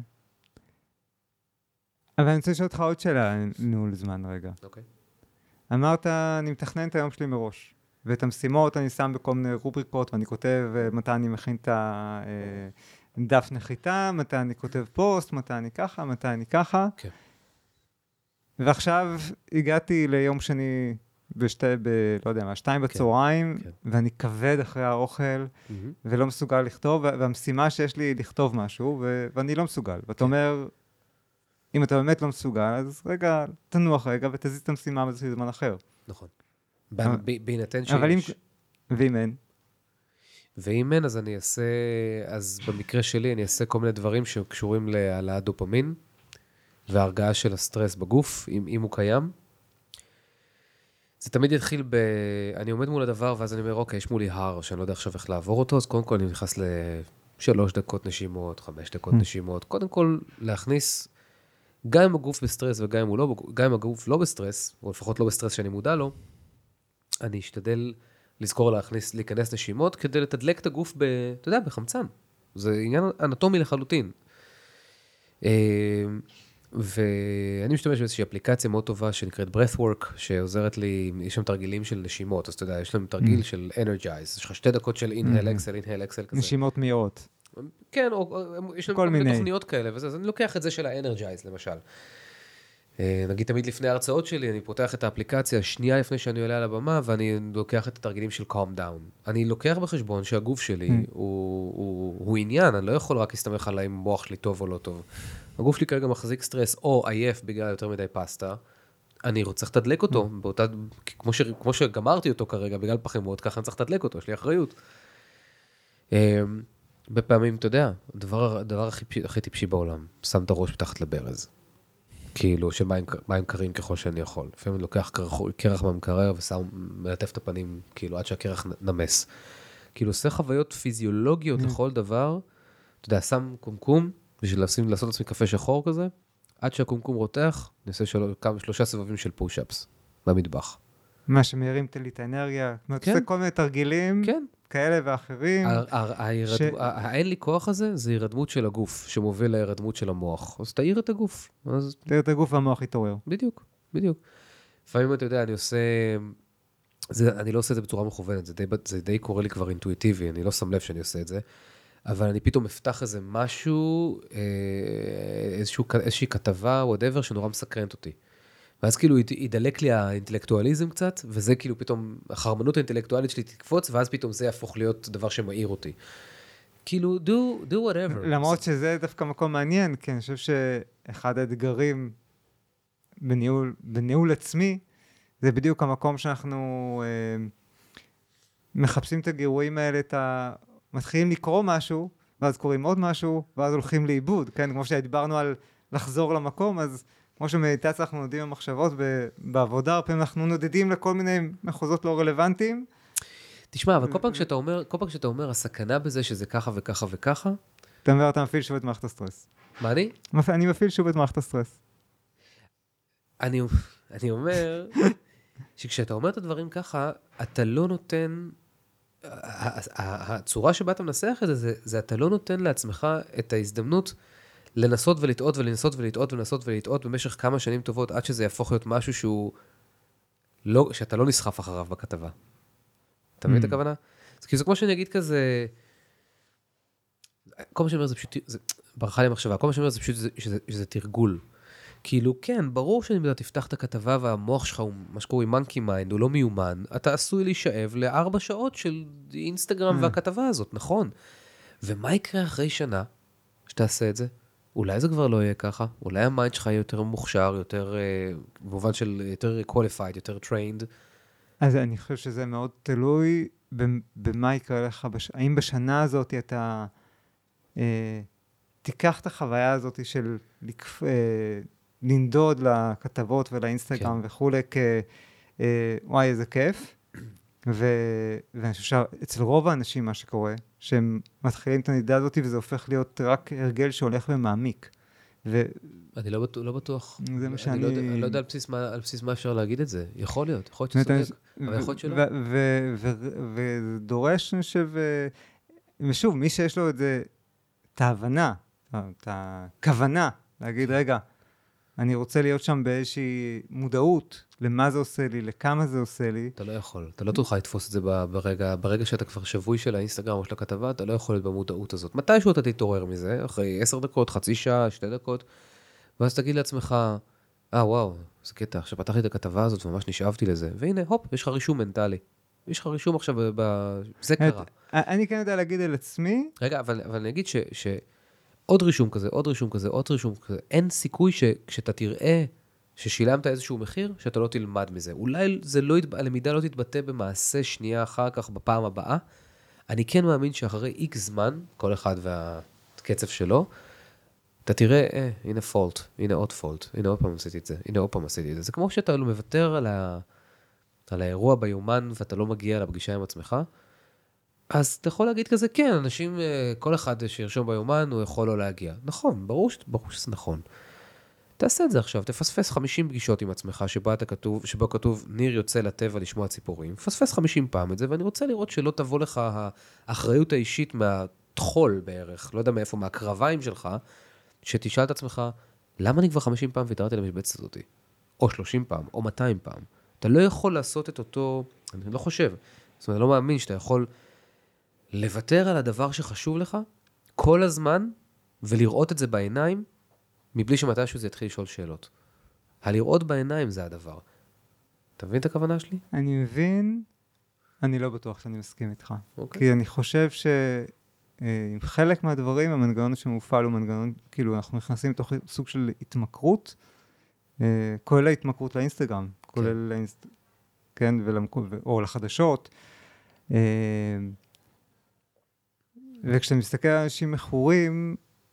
אבל אני רוצה לשאול אותך עוד שאלה, ניהול זמן רגע. אוקיי. אמרת, אני מתכנן את היום שלי מראש, ואת המשימות אני שם בכל מיני רובריקות, ואני כותב מתי אני מכין את הדף נחיתה, מתי אני כותב פוסט, מתי אני ככה, מתי אני ככה. כן. ועכשיו הגעתי ליום שני לא יודע מה, 2 בצהריים, ואני כבד אחרי האוכל, ולא מסוגל לכתוב, והמשימה שיש לי היא לכתוב משהו, ואני לא מסוגל. ואתה אומר, אם אתה באמת לא מסוגל, אז רגע, תנוח רגע, ותזיז את המשימה בזה זמן אחר. נכון. בהינתן שיש... ואם אין? ואם אין, אז אני אעשה, אז במקרה שלי אני אעשה כל מיני דברים שקשורים להעלאת דופמין, וההרגעה של הסטרס בגוף, אם הוא קיים. זה תמיד יתחיל אני עומד מול הדבר, ואז אני אומר, אוקיי, יש מולי הר, שאני לא יודע עכשיו איך לעבור אותו, אז קודם כל אני נכנס ל3 דקות נשימות, 5 דקות נשימות. קודם כל להכניס, גם אם הגוף בסטרס וגם אם גם אם הגוף לא בסטרס, או לפחות לא בסטרס שאני מודע לו, אני אשתדל לזכור להיכנס נשימות, כדי לתדלק את הגוף אתה יודע, בחמצן. זה עניין אנטומי לחלוטין. ואני משתמש באיזושהי אפליקציה מאוד טובה שנקראת Breathwork, שעוזרת לי, יש שם תרגילים של נשימות, אז אתה יודע, יש להם תרגיל של Energize, יש לך 2 דקות של Inhale, Exhale, Inhale, Exhale כזה. נשימות מהירות. כן, או יש להם כל מיני תוכניות כאלה, וזה, אז אני לוקח את זה של ה-Energize, למשל. נגיד תמיד לפני ההרצאות שלי, אני פותח את האפליקציה, שנייה לפני שאני עולה על הבמה, ואני לוקח את התרגילים של Calm Down. אני לוקח בחשבון שהגוף שלי הוא עניין, אני לא יכול רק להסתמך עליי אם מוח שלי טוב או לא טוב. הגוף שלי כרגע מחזיק סטרס או עייף בגלל יותר מדי פסטה, אני צריך לתדלק אותו, כמו שגמרתי אותו כרגע בגלל פחמות, ככה אני צריך לתדלק אותו, יש לי אחריות. בפעמים, אתה יודע, הדבר הכי טיפשי בעולם, שם את הראש מתחת לברז. כאילו, של מים קרים ככל שאני יכול. לפעמים אני לוקח קרח במקרר ומלטף את הפנים, כאילו, עד שהקרח נמס. כאילו, עושה חוויות פיזיולוגיות לכל דבר, אתה יודע, שם קומקום, בשביל לעשות לעצמי קפה שחור כזה, עד שהקומקום רותח, נעשה 3 סבבים של פוש-אפס במטבח. מה שמיירים לי את האנרגיה, אתה עושה כל מיני תרגילים כאלה ואחרים. האין לי כוח הזה, זה הירדמות של הגוף, שמוביל להירדמות של המוח. אז תאיר את הגוף. תאיר את הגוף והמוח יתעורר. בדיוק, בדיוק. לפעמים אתה יודע, אני לא עושה את זה בצורה מכוונת, זה די קורה לי כבר אינטואיטיבי, אני לא שם לב שאני עושה את זה, אבל אני פתאום אפתח איזה משהו, איזושהי כתבה, whatever, שנורא מסקרנת אותי. ואז כאילו ידלק לי האינטלקטואליזם קצת, וזה כאילו פתאום, החרמנות האינטלקטואלית שלי תקפוץ, ואז פתאום זה יהפוך להיות דבר שמעיר אותי. כאילו, do whatever. למרות שזה דווקא מקום מעניין, כי אני חושב שאחד האתגרים בניהול עצמי, זה בדיוק המקום שאנחנו מחפשים את הגירויים האלה, מתחילים לקרוא משהו, ואז קוראים עוד משהו, ואז הולכים לאיבוד, כן? כמו שדיברנו על לחזור למקום, אז כמו שמדיטציה אנחנו נודדים במחשבות בעבודה, הרבה פעמים אנחנו נודדים לכל מיני מחוזות לא רלוונטיים. תשמע, אבל כל פעם שאתה אומר, הסכנה בזה שזה ככה וככה וככה, אתה אומר, אתה מפעיל שוב את מערכת הסטרס. מה אני? אני מפעיל שוב את מערכת הסטרס. אני אומר, שכשאתה אומר את הדברים ככה, אתה לא נותן, הצורה שבה אתה מנסח את זה אתה לא נותן לעצמך את ההזדמנות לנסות ולטעות ולנסות ולטעות ולנסות ולטעות במשך כמה שנים טובות, עד שזה יהפוך להיות משהו שאתה לא נסחף אחריו בכתבה. אתה מבין את הכוונה? זה כמו שאני אגיד כזה, כל מה שאני אומר זה פשוט, ברכה לי מחשבה, כל מה שאני אומר זה פשוט שזה תרגול. כאילו, כן, ברור שאני יודע, תפתח את הכתבה והמוח שלך הוא מה שקוראים monkey mind, הוא לא מיומן, אתה עשוי להישאב ל4 שעות של אינסטגרם והכתבה הזאת, נכון? ומה יקרה אחרי שנה שתעשה את זה? אולי זה כבר לא יהיה ככה, אולי המיינד שלך יהיה יותר מוכשר, יותר, במובן של יותר qualified, יותר trained. אז אני חושב שזה מאוד תלוי במה יקרה לך, האם בשנה הזאת אתה תיקח את החוויה הזאת של לנדוד לכתבות ולאינסטגרם וכולי, וואי, איזה כיף. ואני חושב שאצל רוב האנשים מה שקורה, שהם מתחילים את הנדידה הזאת, וזה הופך להיות רק הרגל שהולך ומעמיק. אני לא בטוח. זה מה שאני... אני לא יודע על בסיס מה אפשר להגיד את זה. יכול להיות שזה צודק, אבל יכול להיות שלא. ודורש, אני חושב, ושוב, מי שיש לו את זה, את ההבנה, את הכוונה, להגיד, רגע, אני רוצה להיות שם באיזושהי מודעות, למה זה עושה לי, לכמה זה עושה לי. אתה לא יכול, אתה לא תוכל לתפוס את זה ברגע שאתה כבר שבוי של האינסטגרם או של הכתבה, אתה לא יכול להיות במודעות הזאת. מתישהו אתה תתעורר מזה, אחרי 10 דקות, חצי שעה, 2 דקות, ואז תגיד לעצמך, וואו, זה קטע, עכשיו פתחתי את הכתבה הזאת וממש נשאבתי לזה, והנה, הופ, יש לך רישום מנטלי. יש לך רישום עכשיו, זה קרה. אני כן יודע להגיד על עצמי. רגע, אבל אני אגיד עוד רישום כזה, עוד רישום כזה, עוד רישום כזה, אין סיכוי שכשאתה תראה ששילמת איזשהו מחיר, שאתה לא תלמד מזה. אולי הלמידה לא תתבטא במעשה שנייה אחר כך בפעם הבאה, אני כן מאמין שאחרי איקס זמן, כל אחד והקצב שלו, אתה תראה, הנה פולט, הנה עוד פולט, הנה עוד פעם עשיתי את זה, הנה עוד פעם עשיתי את זה. זה כמו שאתה מוותר על האירוע ביומן, ואתה לא מגיע לפגישה עם עצמך, אז אתה יכול להגיד כזה, כן, אנשים, כל אחד שירשום ביומן, הוא יכול לא להגיע. נכון, ברור שזה נכון. תעשה את זה עכשיו, תפספס 50 פגישות עם עצמך, שבו כתוב, ניר יוצא לטבע לשמוע ציפורים, תפספס 50 פעם את זה, ואני רוצה לראות שלא תבוא לך האחריות האישית מהתחול בערך, לא יודע מאיפה, מהקרביים שלך, שתשאל את עצמך, למה אני כבר 50 פעם ויתרתי למשבצת הזאת? או 30 פעם, או 200 פעם. אתה לא יכול לעשות את אותו, אני לא חושב, זאת אומרת, אני לא מאמין שאתה יכול לוותר על הדבר שחשוב לך, כל הזמן, ולראות את זה בעיניים, מבלי שמתישהו זה יתחיל לשאול שאלות. הלראות בעיניים זה הדבר. אתה מבין את הכוונה שלי? אני מבין, אני לא בטוח שאני מסכים איתך. אוקיי. כי אני חושב שעם חלק מהדברים, המנגנון שמופעל הוא מנגנון, כאילו אנחנו נכנסים לתוך סוג של התמכרות, כולל ההתמכרות לאינסטגרם, כולל כן, או לחדשות. וכשאתה מסתכל על אנשים מכורים,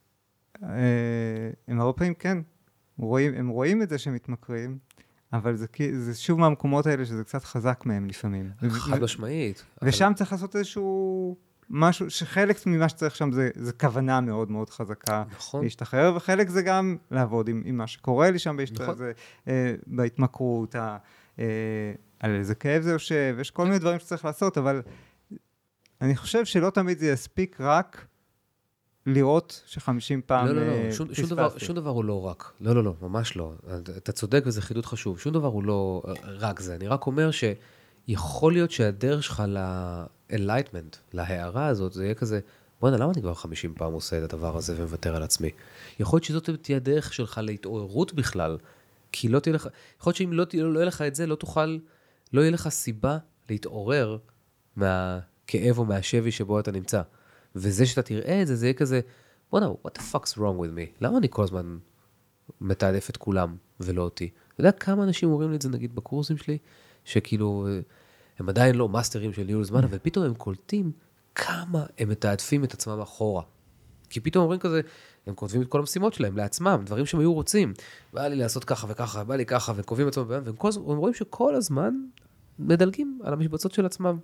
הם הרבה פעמים כן, הם רואים את זה שהם מתמכרים, אבל זה שוב מהמקומות האלה שזה קצת חזק מהם לפעמים. חד משמעית. ושם צריך לעשות איזשהו משהו, שחלק ממה שצריך שם זה כוונה מאוד מאוד חזקה. נכון. להשתחרר, וחלק זה גם לעבוד עם מה שקורה לי שם בהתמכרות, על איזה כאב זה יושב, יש כל מיני דברים שצריך לעשות, אבל אני חושב שלא תמיד זה יספיק רק לראות ש50 פעם שום דבר הוא לא רק. לא, ממש לא. אתה צודק וזה חידוד חשוב. שום דבר הוא לא רק זה. אני רק אומר שיכול להיות שהדרך שלך ל-enlightenment, להערה הזאת, זה יהיה כזה, בוא'נה, למה אני כבר 50 פעם עושה את הדבר הזה ומוותר על עצמי? יכול להיות שזאת תהיה הדרך שלך להתעוררות בכלל, כי לא תהיה לך, יכול להיות שאם לא יהיה לך את זה, לא יהיה לך סיבה להתעורר מהכאב או מהשבי שבו אתה נמצא. וזה שאתה תראה את זה, זה יהיה כזה, בוא'נה, what the fuck's wrong with me? למה אני כל הזמן מתעדף את כולם ולא אותי? אתה יודע כמה אנשים אומרים לי את זה, נגיד, בקורסים שלי, שכאילו, הם עדיין לא מאסטרים של ניהול זמן, אבל פתאום הם קולטים כמה הם מתעדפים את עצמם אחורה. כי פתאום אומרים כזה, הם כותבים את כל המשימות שלהם לעצמם, דברים שהם היו רוצים. בא לי לעשות ככה וככה, בא לי ככה, וקובעים עצמם, והם רואים שכל הזמן מדלגים על המשבצות של עצמם.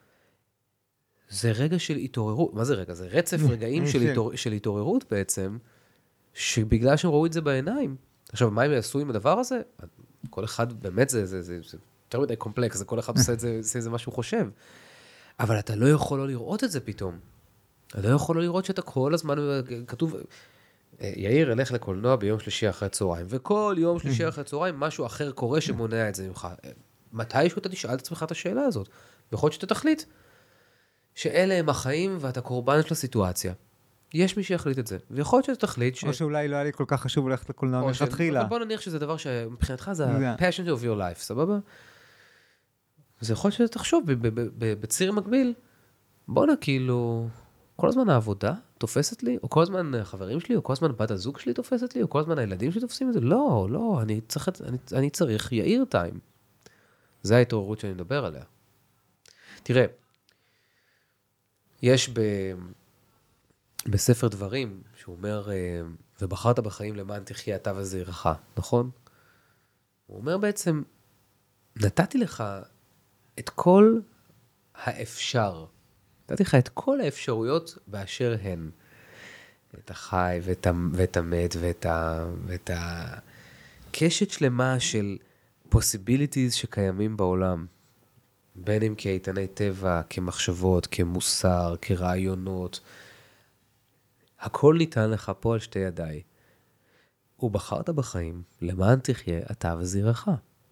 זה רגע של התעוררות, מה זה רגע? זה רצף רגעים של התעוררות בעצם, שבגלל שהם ראו את זה בעיניים. עכשיו, מה הם יעשו עם הדבר הזה? כל אחד, באמת זה יותר מדי קומפלקס, זה כל אחד עושה את זה מה שהוא חושב. אבל אתה לא יכול לא לראות את זה פתאום. אתה לא יכול לא לראות שאתה כל הזמן כתוב, יאיר ילך לקולנוע ביום שלישי אחרי הצהריים, וכל יום שלישי אחרי הצהריים משהו אחר קורה שמונע את זה ממך. מתישהו אתה תשאל את עצמך את השאלה הזאת. יכול להיות שאתה תחליט שאלה הם החיים ואתה קורבן של הסיטואציה. יש מי שיחליט את זה. ויכול להיות שאתה תחליט או שאולי לא היה לי כל כך חשוב ללכת לקולנוע מלכתחילה. בוא נניח שזה דבר שמבחינתך זה ה-passion of your life, סבבה? אז יכול להיות שאתה תחשוב בציר מקביל, בוא'נה כאילו, כל הזמן העבודה תופסת לי, או כל הזמן החברים שלי, או כל הזמן בת הזוג שלי תופסת לי, או כל הזמן הילדים שלי תופסים את זה. לא, אני צריך יאיר טיים. זה ההתעוררות שאני מדבר עליה. תראה, יש בספר דברים, שהוא אומר, ובחרת בחיים למען תחיה אתה וזרעך, נכון? הוא אומר בעצם, נתתי לך את כל האפשר, נתתי לך את כל האפשרויות באשר הן. את החי ואת המת ואת הקשת שלמה של possibilities שקיימים בעולם. בין אם כאיתני טבע, כמחשבות, כמוסר, כרעיונות. הכל ניתן לך פה על שתי ידיי. ובחרת בחיים למען תחיה אתה וזרעך.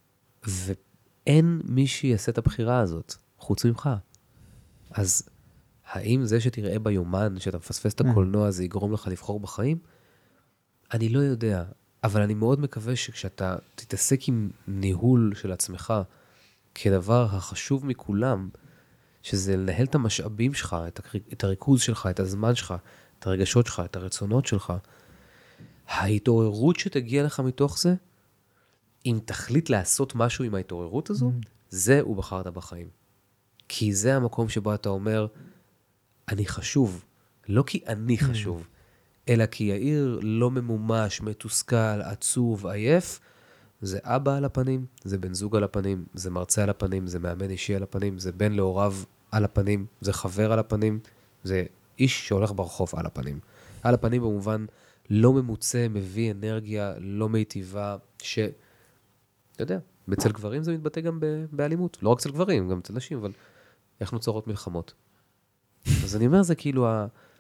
ואין מי שיעשה את הבחירה הזאת, חוץ ממך. אז האם זה שתראה ביומן, שאתה מפספס את הקולנוע, זה יגרום לך לבחור בחיים? אני לא יודע, אבל אני מאוד מקווה שכשאתה תתעסק עם ניהול של עצמך, כדבר החשוב מכולם, שזה לנהל את המשאבים שלך, את הריכוז שלך, את הזמן שלך, את הרגשות שלך, את הרצונות שלך, ההתעוררות שתגיע לך מתוך זה, אם תחליט לעשות משהו עם ההתעוררות הזו, זה הוא בחרת בחיים. כי זה המקום שבו אתה אומר, אני חשוב, לא כי אני חשוב, אלא כי יאיר לא ממומש, מתוסכל, עצוב, עייף, זה אבא על הפנים, זה בן זוג על הפנים, זה מרצה על הפנים, זה מאמן אישי על הפנים, זה בן להוריו על הפנים, זה חבר על הפנים, זה איש שהולך ברחוב על הפנים. על הפנים במובן לא ממוצא, מביא אנרגיה לא מיטיבה, אתה יודע, אצל גברים זה מתבטא גם באלימות, לא רק אצל גברים, גם אצל נשים, אבל איך נוצרות מלחמות. אז אני אומר, זה כאילו,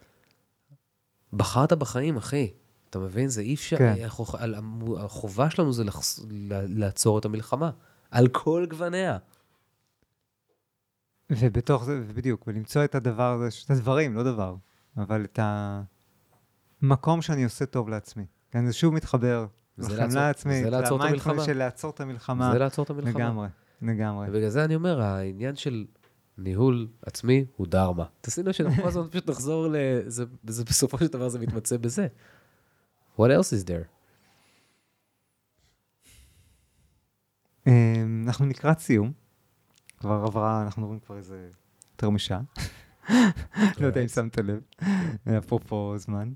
בחרת בחיים, אחי, אתה מבין? זה אי אפשר, החובה שלנו זה לעצור את המלחמה, על כל גווניה. ובתוך זה, בדיוק, ולמצוא את הדבר הזה, את הדברים, לא דבר, אבל את המקום שאני עושה טוב לעצמי. כן, זה שוב מתחבר. זה לעצור את המלחמה. של לעצור את המלחמה. זה לעצור את המלחמה. לגמרי, לגמרי. ובגלל זה אני אומר, העניין של ניהול עצמי הוא דרמה. תשימו שאנחנו הזמן פשוט נחזור זה בסופו של דבר זה מתמצא בזה. What else is there? אנחנו לקראת סיום. כבר עברה, אנחנו מדברים כבר איזה יותר משעה. לא יודע אם שמת לב. אפרופו זמן.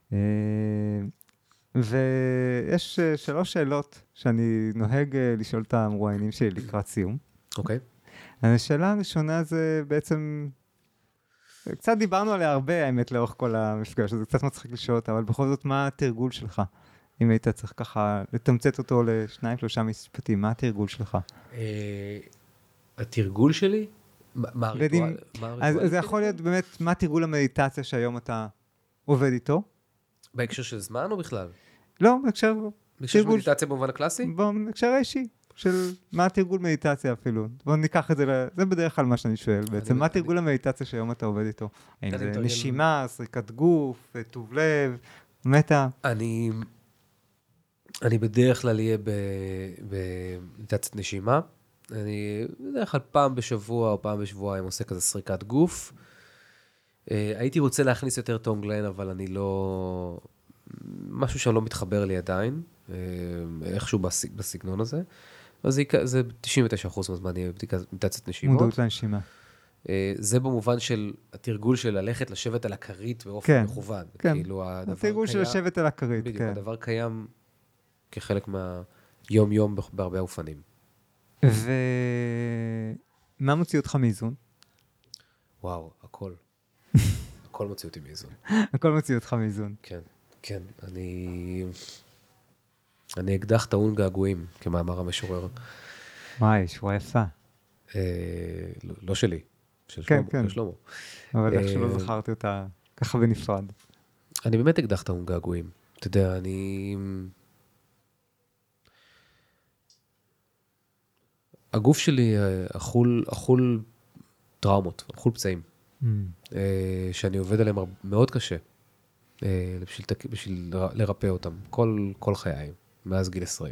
ויש 3 שאלות שאני נוהג לשאול את המרואיינים שלי לקראת סיום. אוקיי. השאלה הראשונה זה בעצם, קצת דיברנו עליה הרבה האמת לאורך כל המפגש, זה קצת מצחיק לשאול אותה, אבל בכל זאת מה התרגול שלך? אם היית צריך ככה לתמצת אותו ל2-3 משפטים, מה התרגול שלך? התרגול שלי? מה הריטואל? אז זה יכול להיות באמת, מה תרגול המדיטציה שהיום אתה עובד איתו? בהקשר של זמן או בכלל? לא, בהקשר של מדיטציה במובן הקלאסי? בהקשר האישי, של מה התרגול מדיטציה אפילו. בואו ניקח את זה, זה בדרך כלל מה שאני שואל בעצם, מה תרגול המדיטציה שהיום אתה עובד איתו? האם זה נשימה, סריקת גוף, טוב לב, מטה? אני בדרך כלל אהיה במדיטציית נשימה. אני בדרך כלל פעם בשבוע או פעם בשבועיים עושה כזה סריקת גוף. הייתי רוצה להכניס יותר טונגלן, אבל אני לא... משהו שלא מתחבר לי עדיין, איכשהו בסגנון הזה. אז זה 99% מהזמן יהיה מדיטציית נשימות. מודעות לנשימה. זה במובן של התרגול של ללכת לשבת על הכרית באופן מכוון. כן, כאילו התרגול של לשבת על הכרית. בדיוק, הדבר קיים כחלק מהיום-יום בהרבה אופנים. ומה מוציא אותך מאיזון? וואו, הכל. הכל מוציא אותי מאיזון. הכל מוציא אותך מאיזון. כן, כן. אני אקדח טעון געגועים, כמאמר המשורר. וואי, שבועה יפה. לא שלי, של שלמה. אבל איך שלא זכרתי אותה ככה בנפרד. אני באמת אקדח טעון געגועים. אתה יודע, הגוף שלי אכול טראומות, אכול פצעים, שאני עובד עליהם מאוד קשה, בשביל לרפא אותם, כל חיי, מאז גיל 20.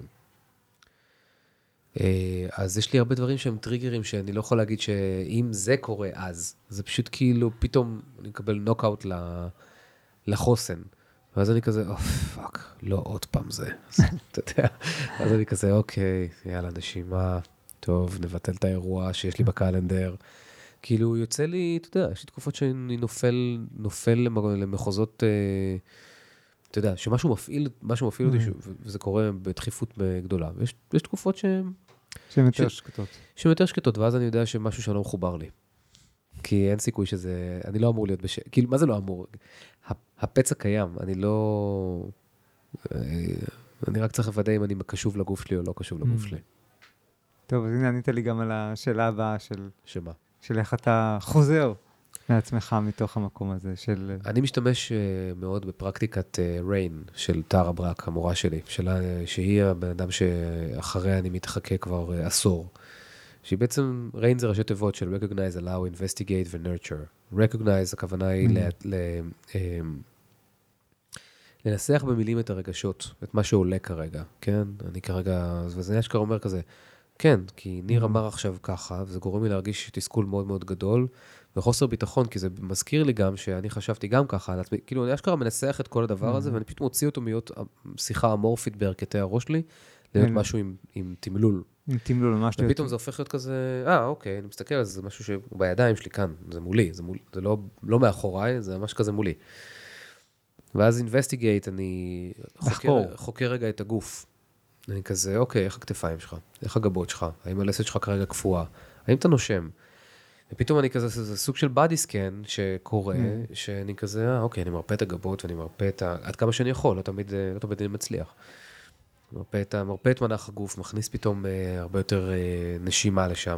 אז יש לי הרבה דברים שהם טריגרים, שאני לא יכול להגיד שאם זה קורה אז, זה פשוט כאילו, פתאום אני מקבל נוקאוט לחוסן. ואז אני כזה, פאק, לא עוד פעם זה. אתה יודע, אז אני כזה, אוקיי, יאללה, נשימה, טוב, נבטל את האירוע שיש לי בקלנדר. כאילו, יוצא לי, אתה יודע, יש לי תקופות שאני נופל למחוזות, אתה יודע, שמשהו מפעיל אותי, וזה קורה בדחיפות גדולה. ויש תקופות שהן יותר שקטות. שהן יותר שקטות, ואז אני יודע שמשהו שלא מחובר לי. כי אין סיכוי שזה, אני לא אמור להיות כאילו, מה זה לא אמור? הפצע קיים, אני רק צריך לוודא אם אני קשוב לגוף שלי או לא קשוב לגוף שלי. טוב, אז הנה ענית לי גם על השאלה הבאה של... שמה? של איך אתה חוזר לעצמך מתוך המקום הזה של... אני משתמש מאוד בפרקטיקת ריין של טרה ברק, המורה שלי, שהיא הבן אדם שאחריה אני מתחכה כבר עשור. שהיא בעצם, ריין זה ראשי תיבות של recognize, allow, investigate ו-nurture. recognize, הכוונה היא לנסח במילים את הרגשות, את מה שעולה כרגע, כן? אני כרגע, וזה אשכרה אומר כזה, כן, כי ניר אמר עכשיו ככה, וזה גורם לי להרגיש תסכול מאוד מאוד גדול, וחוסר ביטחון, כי זה מזכיר לי גם שאני חשבתי גם ככה, כאילו אני אשכרה מנסח את כל הדבר הזה, ואני פשוט מוציא אותו להיות שיחה אמורפית בערכתי הראש שלי, להיות משהו עם תמלול מתאים לו ממש. ופתאום זה הופך להיות כזה, אוקיי, אני מסתכל על זה, זה משהו שהוא בידיים שלי כאן, זה מולי, זה לא מאחוריי, זה ממש כזה מולי. ואז investigate, אני חוקר רגע את הגוף. אני כזה, אוקיי, איך הכתפיים שלך? איך הגבות שלך? האם הלסת שלך כרגע קפואה? האם אתה נושם? ופתאום אני כזה, זה סוג של body scan שקורה, שאני כזה, אוקיי, אני מרפא את הגבות ואני מרפא עד כמה שאני יכול, לא תמיד אני מצליח. מרפא את מנח הגוף, מכניס פתאום הרבה יותר נשימה לשם.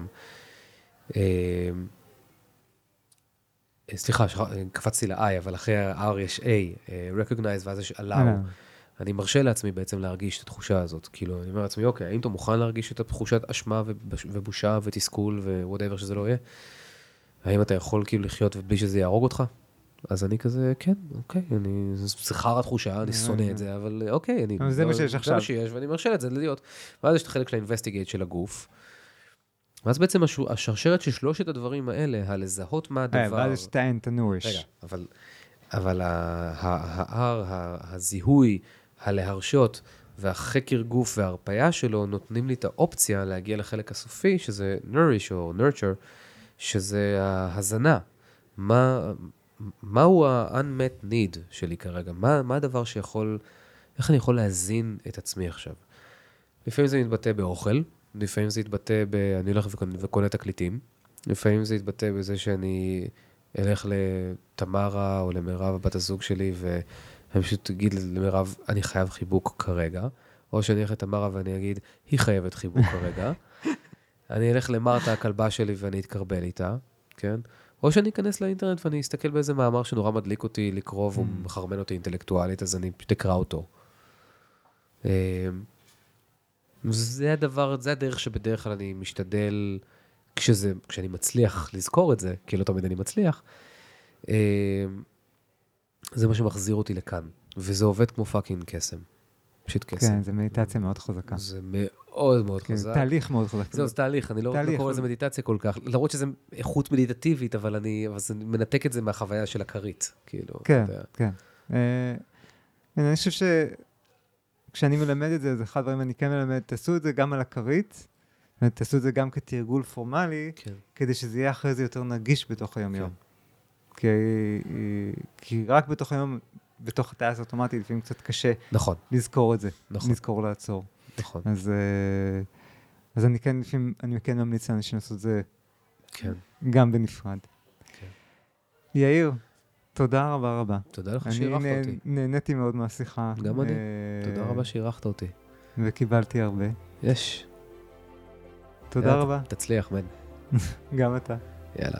סליחה, קפצתי ל-I, אבל אחרי ה-R יש A, recognize, ואז יש allow. אני מרשה לעצמי בעצם להרגיש את התחושה הזאת. כאילו, אני אומר לעצמי, אוקיי, האם אתה מוכן להרגיש את תחושת אשמה ובושה ותסכול ו-whatever שזה לא יהיה? האם אתה יכול כאילו לחיות בלי שזה יהרוג אותך? אז אני כזה, כן, אוקיי, זה חרא תחושה, אני שונא את זה, אבל אוקיי, זה מה שיש עכשיו. זה מה שיש, ואני מרשה את זה להיות. ואז יש את החלק של ה-investigate של הגוף. ואז בעצם השרשרת של שלושת הדברים האלה, הלזהות מה הדבר... ואז יש את הנורש. רגע, אבל הזיהוי, הלהרשות, והחקר גוף וההרפאיה שלו נותנים לי את האופציה להגיע לחלק הסופי, שזה nourish או nurture, שזה ההזנה. מהו ה-unmet need שלי כרגע? מה הדבר שיכול, איך אני יכול להזין את עצמי עכשיו? לפעמים זה מתבטא באוכל, לפעמים זה מתבטא אני הולך וקונה תקליטים, לפעמים זה מתבטא בזה שאני אלך לתמרה או למירב, בת הזוג שלי, ואני פשוט אגיד למירב, אני חייב חיבוק כרגע, או שאני אלך לתמרה ואני אגיד, היא חייבת חיבוק כרגע. אני אלך למרתה הכלבה שלי ואני אתקרבל איתה, כן? או שאני אכנס לאינטרנט ואני אסתכל באיזה מאמר שנורא מדליק אותי לקרוא והוא מחרמן אותי אינטלקטואלית, אז אני פשוט אקרא אותו. זה הדרך שבדרך כלל אני משתדל, כשאני מצליח לזכור את זה, כי לא תמיד אני מצליח, זה מה שמחזיר אותי לכאן. וזה עובד כמו פאקינג קסם. פשוט קסם. כן, זה מדיטציה מאוד חזקה. זה מאוד מאוד חזק. תהליך מאוד חזק. זהו, זה תהליך, אני לא קורא לזה מדיטציה כל כך, למרות שזה איכות מדיטטיבית, אבל אני מנתק את זה מהחוויה של הכרית, כאילו. כן, כן. אני חושב שכשאני מלמד את זה, זה אחד הדברים אני כן מלמד, תעשו את זה גם על הכרית, ותעשו את זה גם כתרגול פורמלי, כדי שזה יהיה אחרי זה יותר נגיש בתוך היום-יום. כי רק בתוך היום, בתוך הטייס אוטומטי, לפעמים קצת קשה לזכור את זה, לזכור לעצור. נכון. אז אני כן ממליץ לאנשים לעשות את זה גם בנפרד. יאיר, תודה רבה רבה. תודה לך שאירחת אותי. אני נהניתי מאוד מהשיחה. גם אני. תודה רבה שאירחת אותי. וקיבלתי הרבה. יש. תודה רבה. תצליח, מן. גם אתה. יאללה.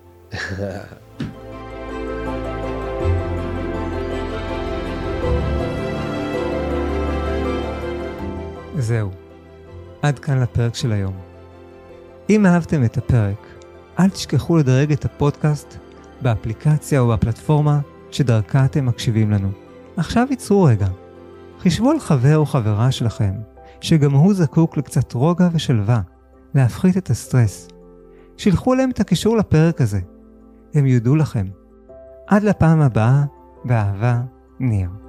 זהו. עד כאן לפרק של היום. אם אהבתם את הפרק, אל תשכחו לדרג את הפודקאסט באפליקציה או בפלטפורמה שדרכה אתם מקשיבים לנו. עכשיו ייצרו רגע. חישבו על חבר או חברה שלכם, שגם הוא זקוק לקצת רוגע ושלווה, להפחית את הסטרס. שילחו להם את הקישור לפרק הזה. הם יודו לכם. עד לפעם הבאה, באהבה, ניר.